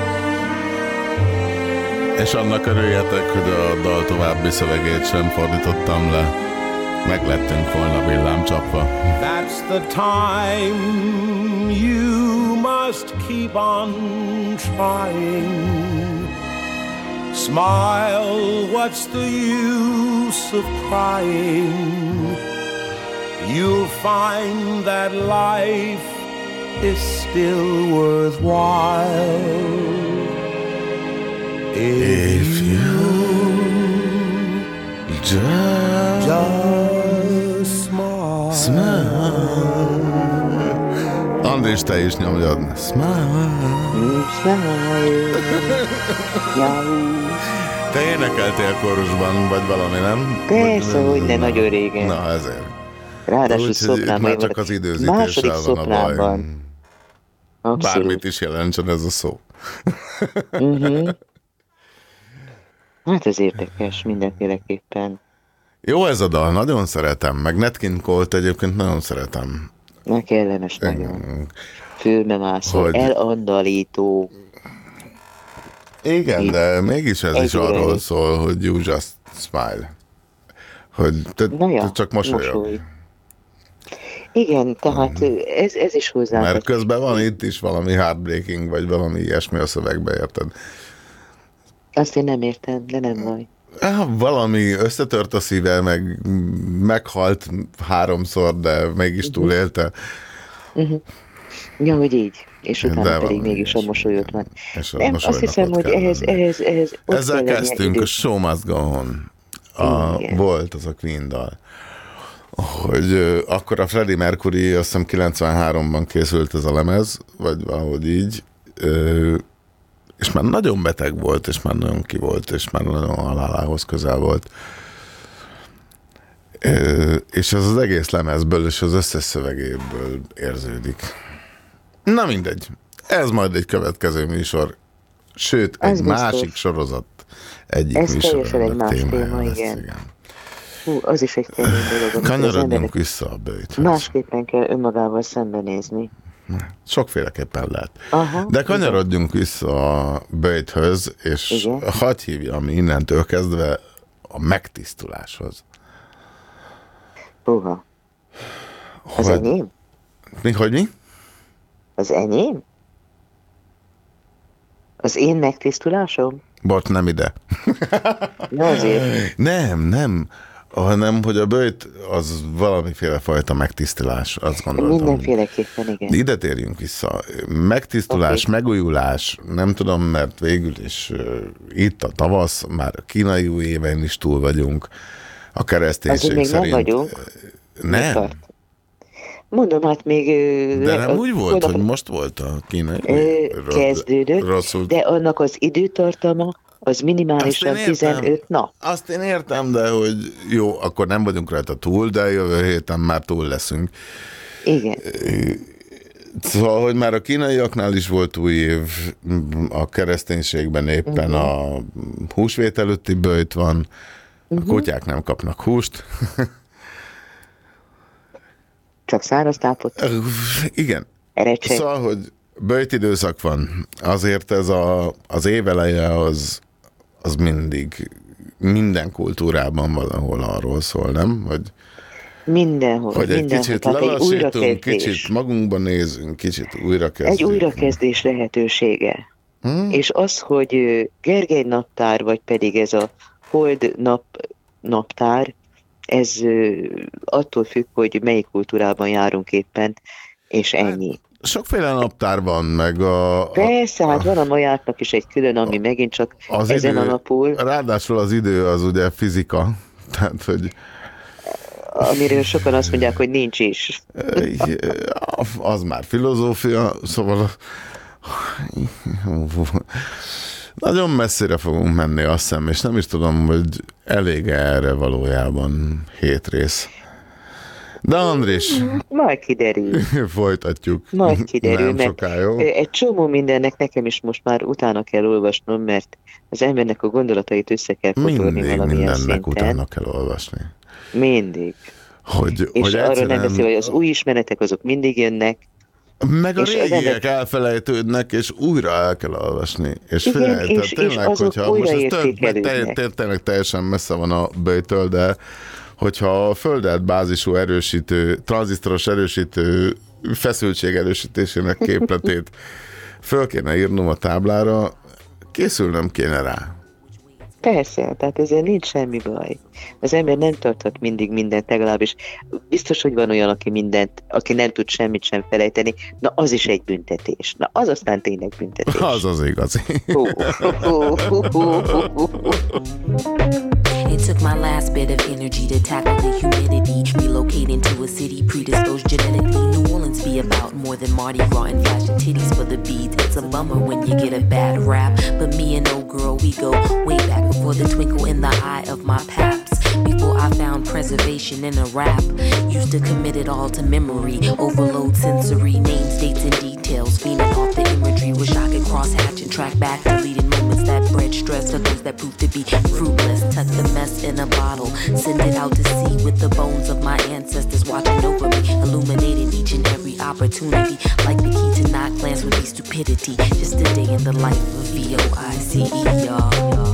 És annak örüljetek, hogy a dal további szövegét sem fordítottam le. Meglettünk volna villámcsapva. That's the time you must keep on trying. Smile, what's the use of crying? You'll find that life is still worthwhile if you just Andrés, te is nyomjad. Smile. Te énekeltél kórusban, vagy valami, nem? Persze, hogy ne, nagyon régen. Na, ezért. Ráadásul szoprán. Már csak az időzítéssel van a baj. Bármit is jelentsen ez a szó. Hát ez érdekes mindenféleképpen. Jó ez a dal, nagyon szeretem, meg Nat King Cole-t egyébként nagyon szeretem. Ne kellemes nagyon. Fülmemászó, elandalító. Igen, de mégis ez is arról szól, hogy you just smile. Hogy te csak mosolyog. Igen, tehát ez is hozzá. Mert közben van itt is valami heartbreaking, vagy valami ilyesmi a szövegbe, érted? Azt én nem értem, de nem baj. Valami összetört a szíve, meghalt 3-szor, de mégis túlélte. Ja, hogy így. És utána pedig mégis a mosolyot meg. Nem, azt hiszem, hogy ehhez ezzel kezdtünk, a Show Must Go On. Volt az a Queen dal. Hogy akkor a Freddie Mercury, azt hiszem 93-ban készült ez a lemez, vagy valahogy így, és már nagyon beteg volt, és már nagyon ki volt, és már nagyon halálához közel volt. És ez az egész lemezből és az összes szövegéből érződik. Na mindegy, ez majd egy következő műsor, sőt, egy másik sorozat egyik műsornak témája lesz. Igen. Az is egy kemény dolog. Kanyarodjunk vissza a bőjthöz. Másképpen kell önmagával szembenézni. Sokféleképpen lehet. Aha, de kanyarodjunk vissza a böjthöz, és hadd hívjam innentől kezdve a megtisztuláshoz. Puha. Az enyém? Hogy mi? Az enyém? Az én megtisztulásom? Bort, nem ide. Na azért. Nem, hanem, hogy a böjt az valamiféle fajta megtisztulás, azt gondoltam. Mindenféleképpen, igen. Ide térjünk vissza. Megtisztulás, megújulás, nem tudom, mert végül is itt a tavasz, már a kínai új éven is túl vagyunk, a kereszténység még szerint. nem vagyunk. Nem? Mondom, hát még... De nem úgy volt, hogy most volt a kínai? Kezdődött, rosszul. De annak az időtartama az minimálisan 15 nap. Azt én értem, de hogy jó, akkor nem vagyunk rajta túl, de jövő héten már túl leszünk. Igen. Szóval, hogy már a kínaiaknál is volt új év, a kereszténységben éppen a húsvét előtti böjt van, a kutyák nem kapnak húst. Csak száraz tápot? Igen. Erecsek. Szóval, hogy böjt időszak van. Azért ez az éveleje az mindig minden kultúrában valahol arról szól, nem? Hogy mindenhol. Hogy egy mindenhol. kicsit Tehát lelassítunk, kicsit magunkban nézünk, kicsit újrakezdjük. Egy újrakezdés lehetősége. És az, hogy Gergely naptár, vagy pedig ez a Hold naptár, ez attól függ, hogy melyik kultúrában járunk éppen, és ennyi. Sokféle naptár van, meg a... Persze, hát van a majáknak is egy külön, ami megint csak az ezen idő, alapul. Ráadásul az idő az ugye fizika, tehát hogy... Amiről sokan azt mondják, hogy nincs is. Az már filozófia, szóval... Nagyon messzire fogunk menni, azt hiszem, és nem is tudom, hogy elég erre valójában 7 rész. De Andris... Majd kiderül. Folytatjuk. Majd kiderül, nem mert soká, jó? Egy csomó mindennek nekem is most már utána kell olvasnom, mert az embernek a gondolatait össze kell kotorni valamilyen mindennek szinten. utána kell olvasni. Mindig. És arról nem beszél, hogy az új ismeretek azok mindig jönnek. Meg a régiek elfelejtődnek, és újra el kell olvasni. És igen, figyelj, és tényleg, azok hogyha újra most tényleg teljesen messze van a böjtől, de hogyha a földet bázisú erősítő, tranzisztoros erősítő, feszültség erősítésének képletét föl kéne írnom a táblára, készülnöm kéne rá. Persze, tehát ezzel nincs semmi baj. Az ember nem tarthat mindig mindent, legalábbis biztos, hogy van olyan, aki nem tud semmit sem felejteni, na az is egy büntetés. Na az aztán tényleg büntetés. Az igazi. It took my last bit of energy to tackle the humidity. Relocating to a city predisposed genetically. New Orleans be about more than Mardi Gras and flashing titties for the beads. It's a bummer when you get a bad rap. But me and old girl, we go way back before the twinkle in the eye of my paps. Before I found preservation in a rap. Used to commit it all to memory. Overload sensory names, dates, and details. Feeding off the imagery. Wish I could cross-hatch and track back deleted moments that bred stress to those that proved to be fruitless. Tuck the mess in a bottle, send it out to sea with the bones of my ancestors watching over me, illuminating each and every opportunity. Like the key to not glance with the stupidity. Just a day in the life of VOICE, y'all.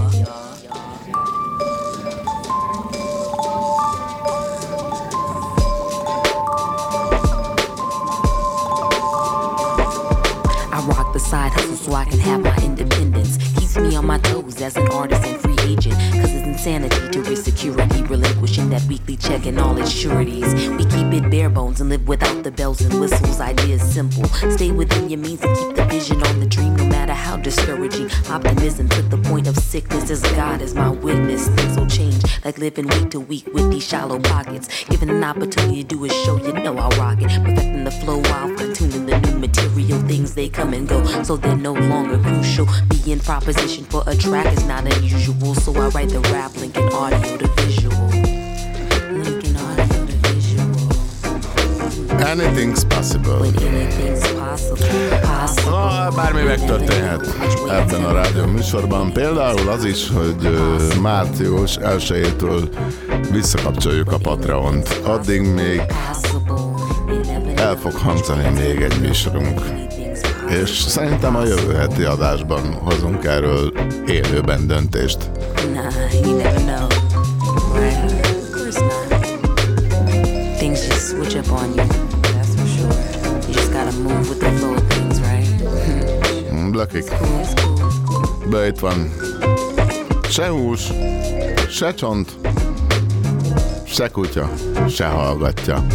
Rock the side hustle so I can have my independence. Keeps me on my toes as an artist and free agent. Cause it's insanity to risk security, relinquishing that weekly check and all its sureties. We keep it bare bones and live without the bells and whistles. Idea is simple. Stay within your means and keep the vision on the dream, no matter how discouraging. Optimism to the point of sickness as God is my witness. Things will change like living week to week with these shallow pockets. Given an opportunity to do a show, you know I'll rock it. Perfecting the flow while fine-tuning the new material. Things they come and go, so they're no longer crucial. Being proposition for a track is not unusual, so I write the rap linking audio to visual. Linking audio to visual. Anything's possible. When anything's possible. Bármi megtörténhet ebben a rádió műsorban. Például az is, hogy március 1-től visszakapcsoljuk a Patreont. Addig még el fog hangzani még egy műsorunk. És szerintem a jövő heti adásban hozunk erről élőben döntést. Nah, you never know. Right? Of course not. Things just switch up on you, that's for sure. You just gotta move with the flow of things, right? Blökik. Be itt van. Se hús, se csont, se kutya, se hallgatja.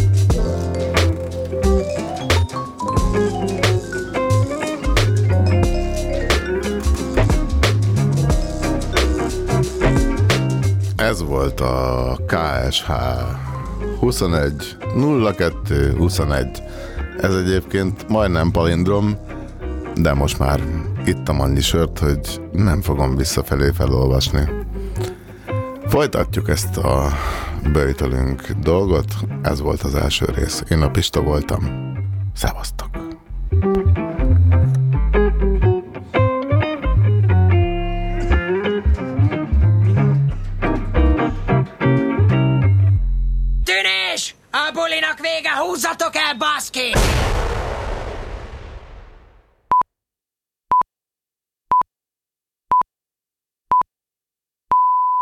Ez volt a KSH 21 02 21. Ez egyébként majdnem palindrom, de most már ittam annyi sört, hogy nem fogom visszafelé felolvasni. Folytatjuk ezt a böjtölünk dolgot. Ez volt az első rész. Én a Pista voltam. Szevasztok! Tűnés! A bulinak vége, húzzatok el, baszki!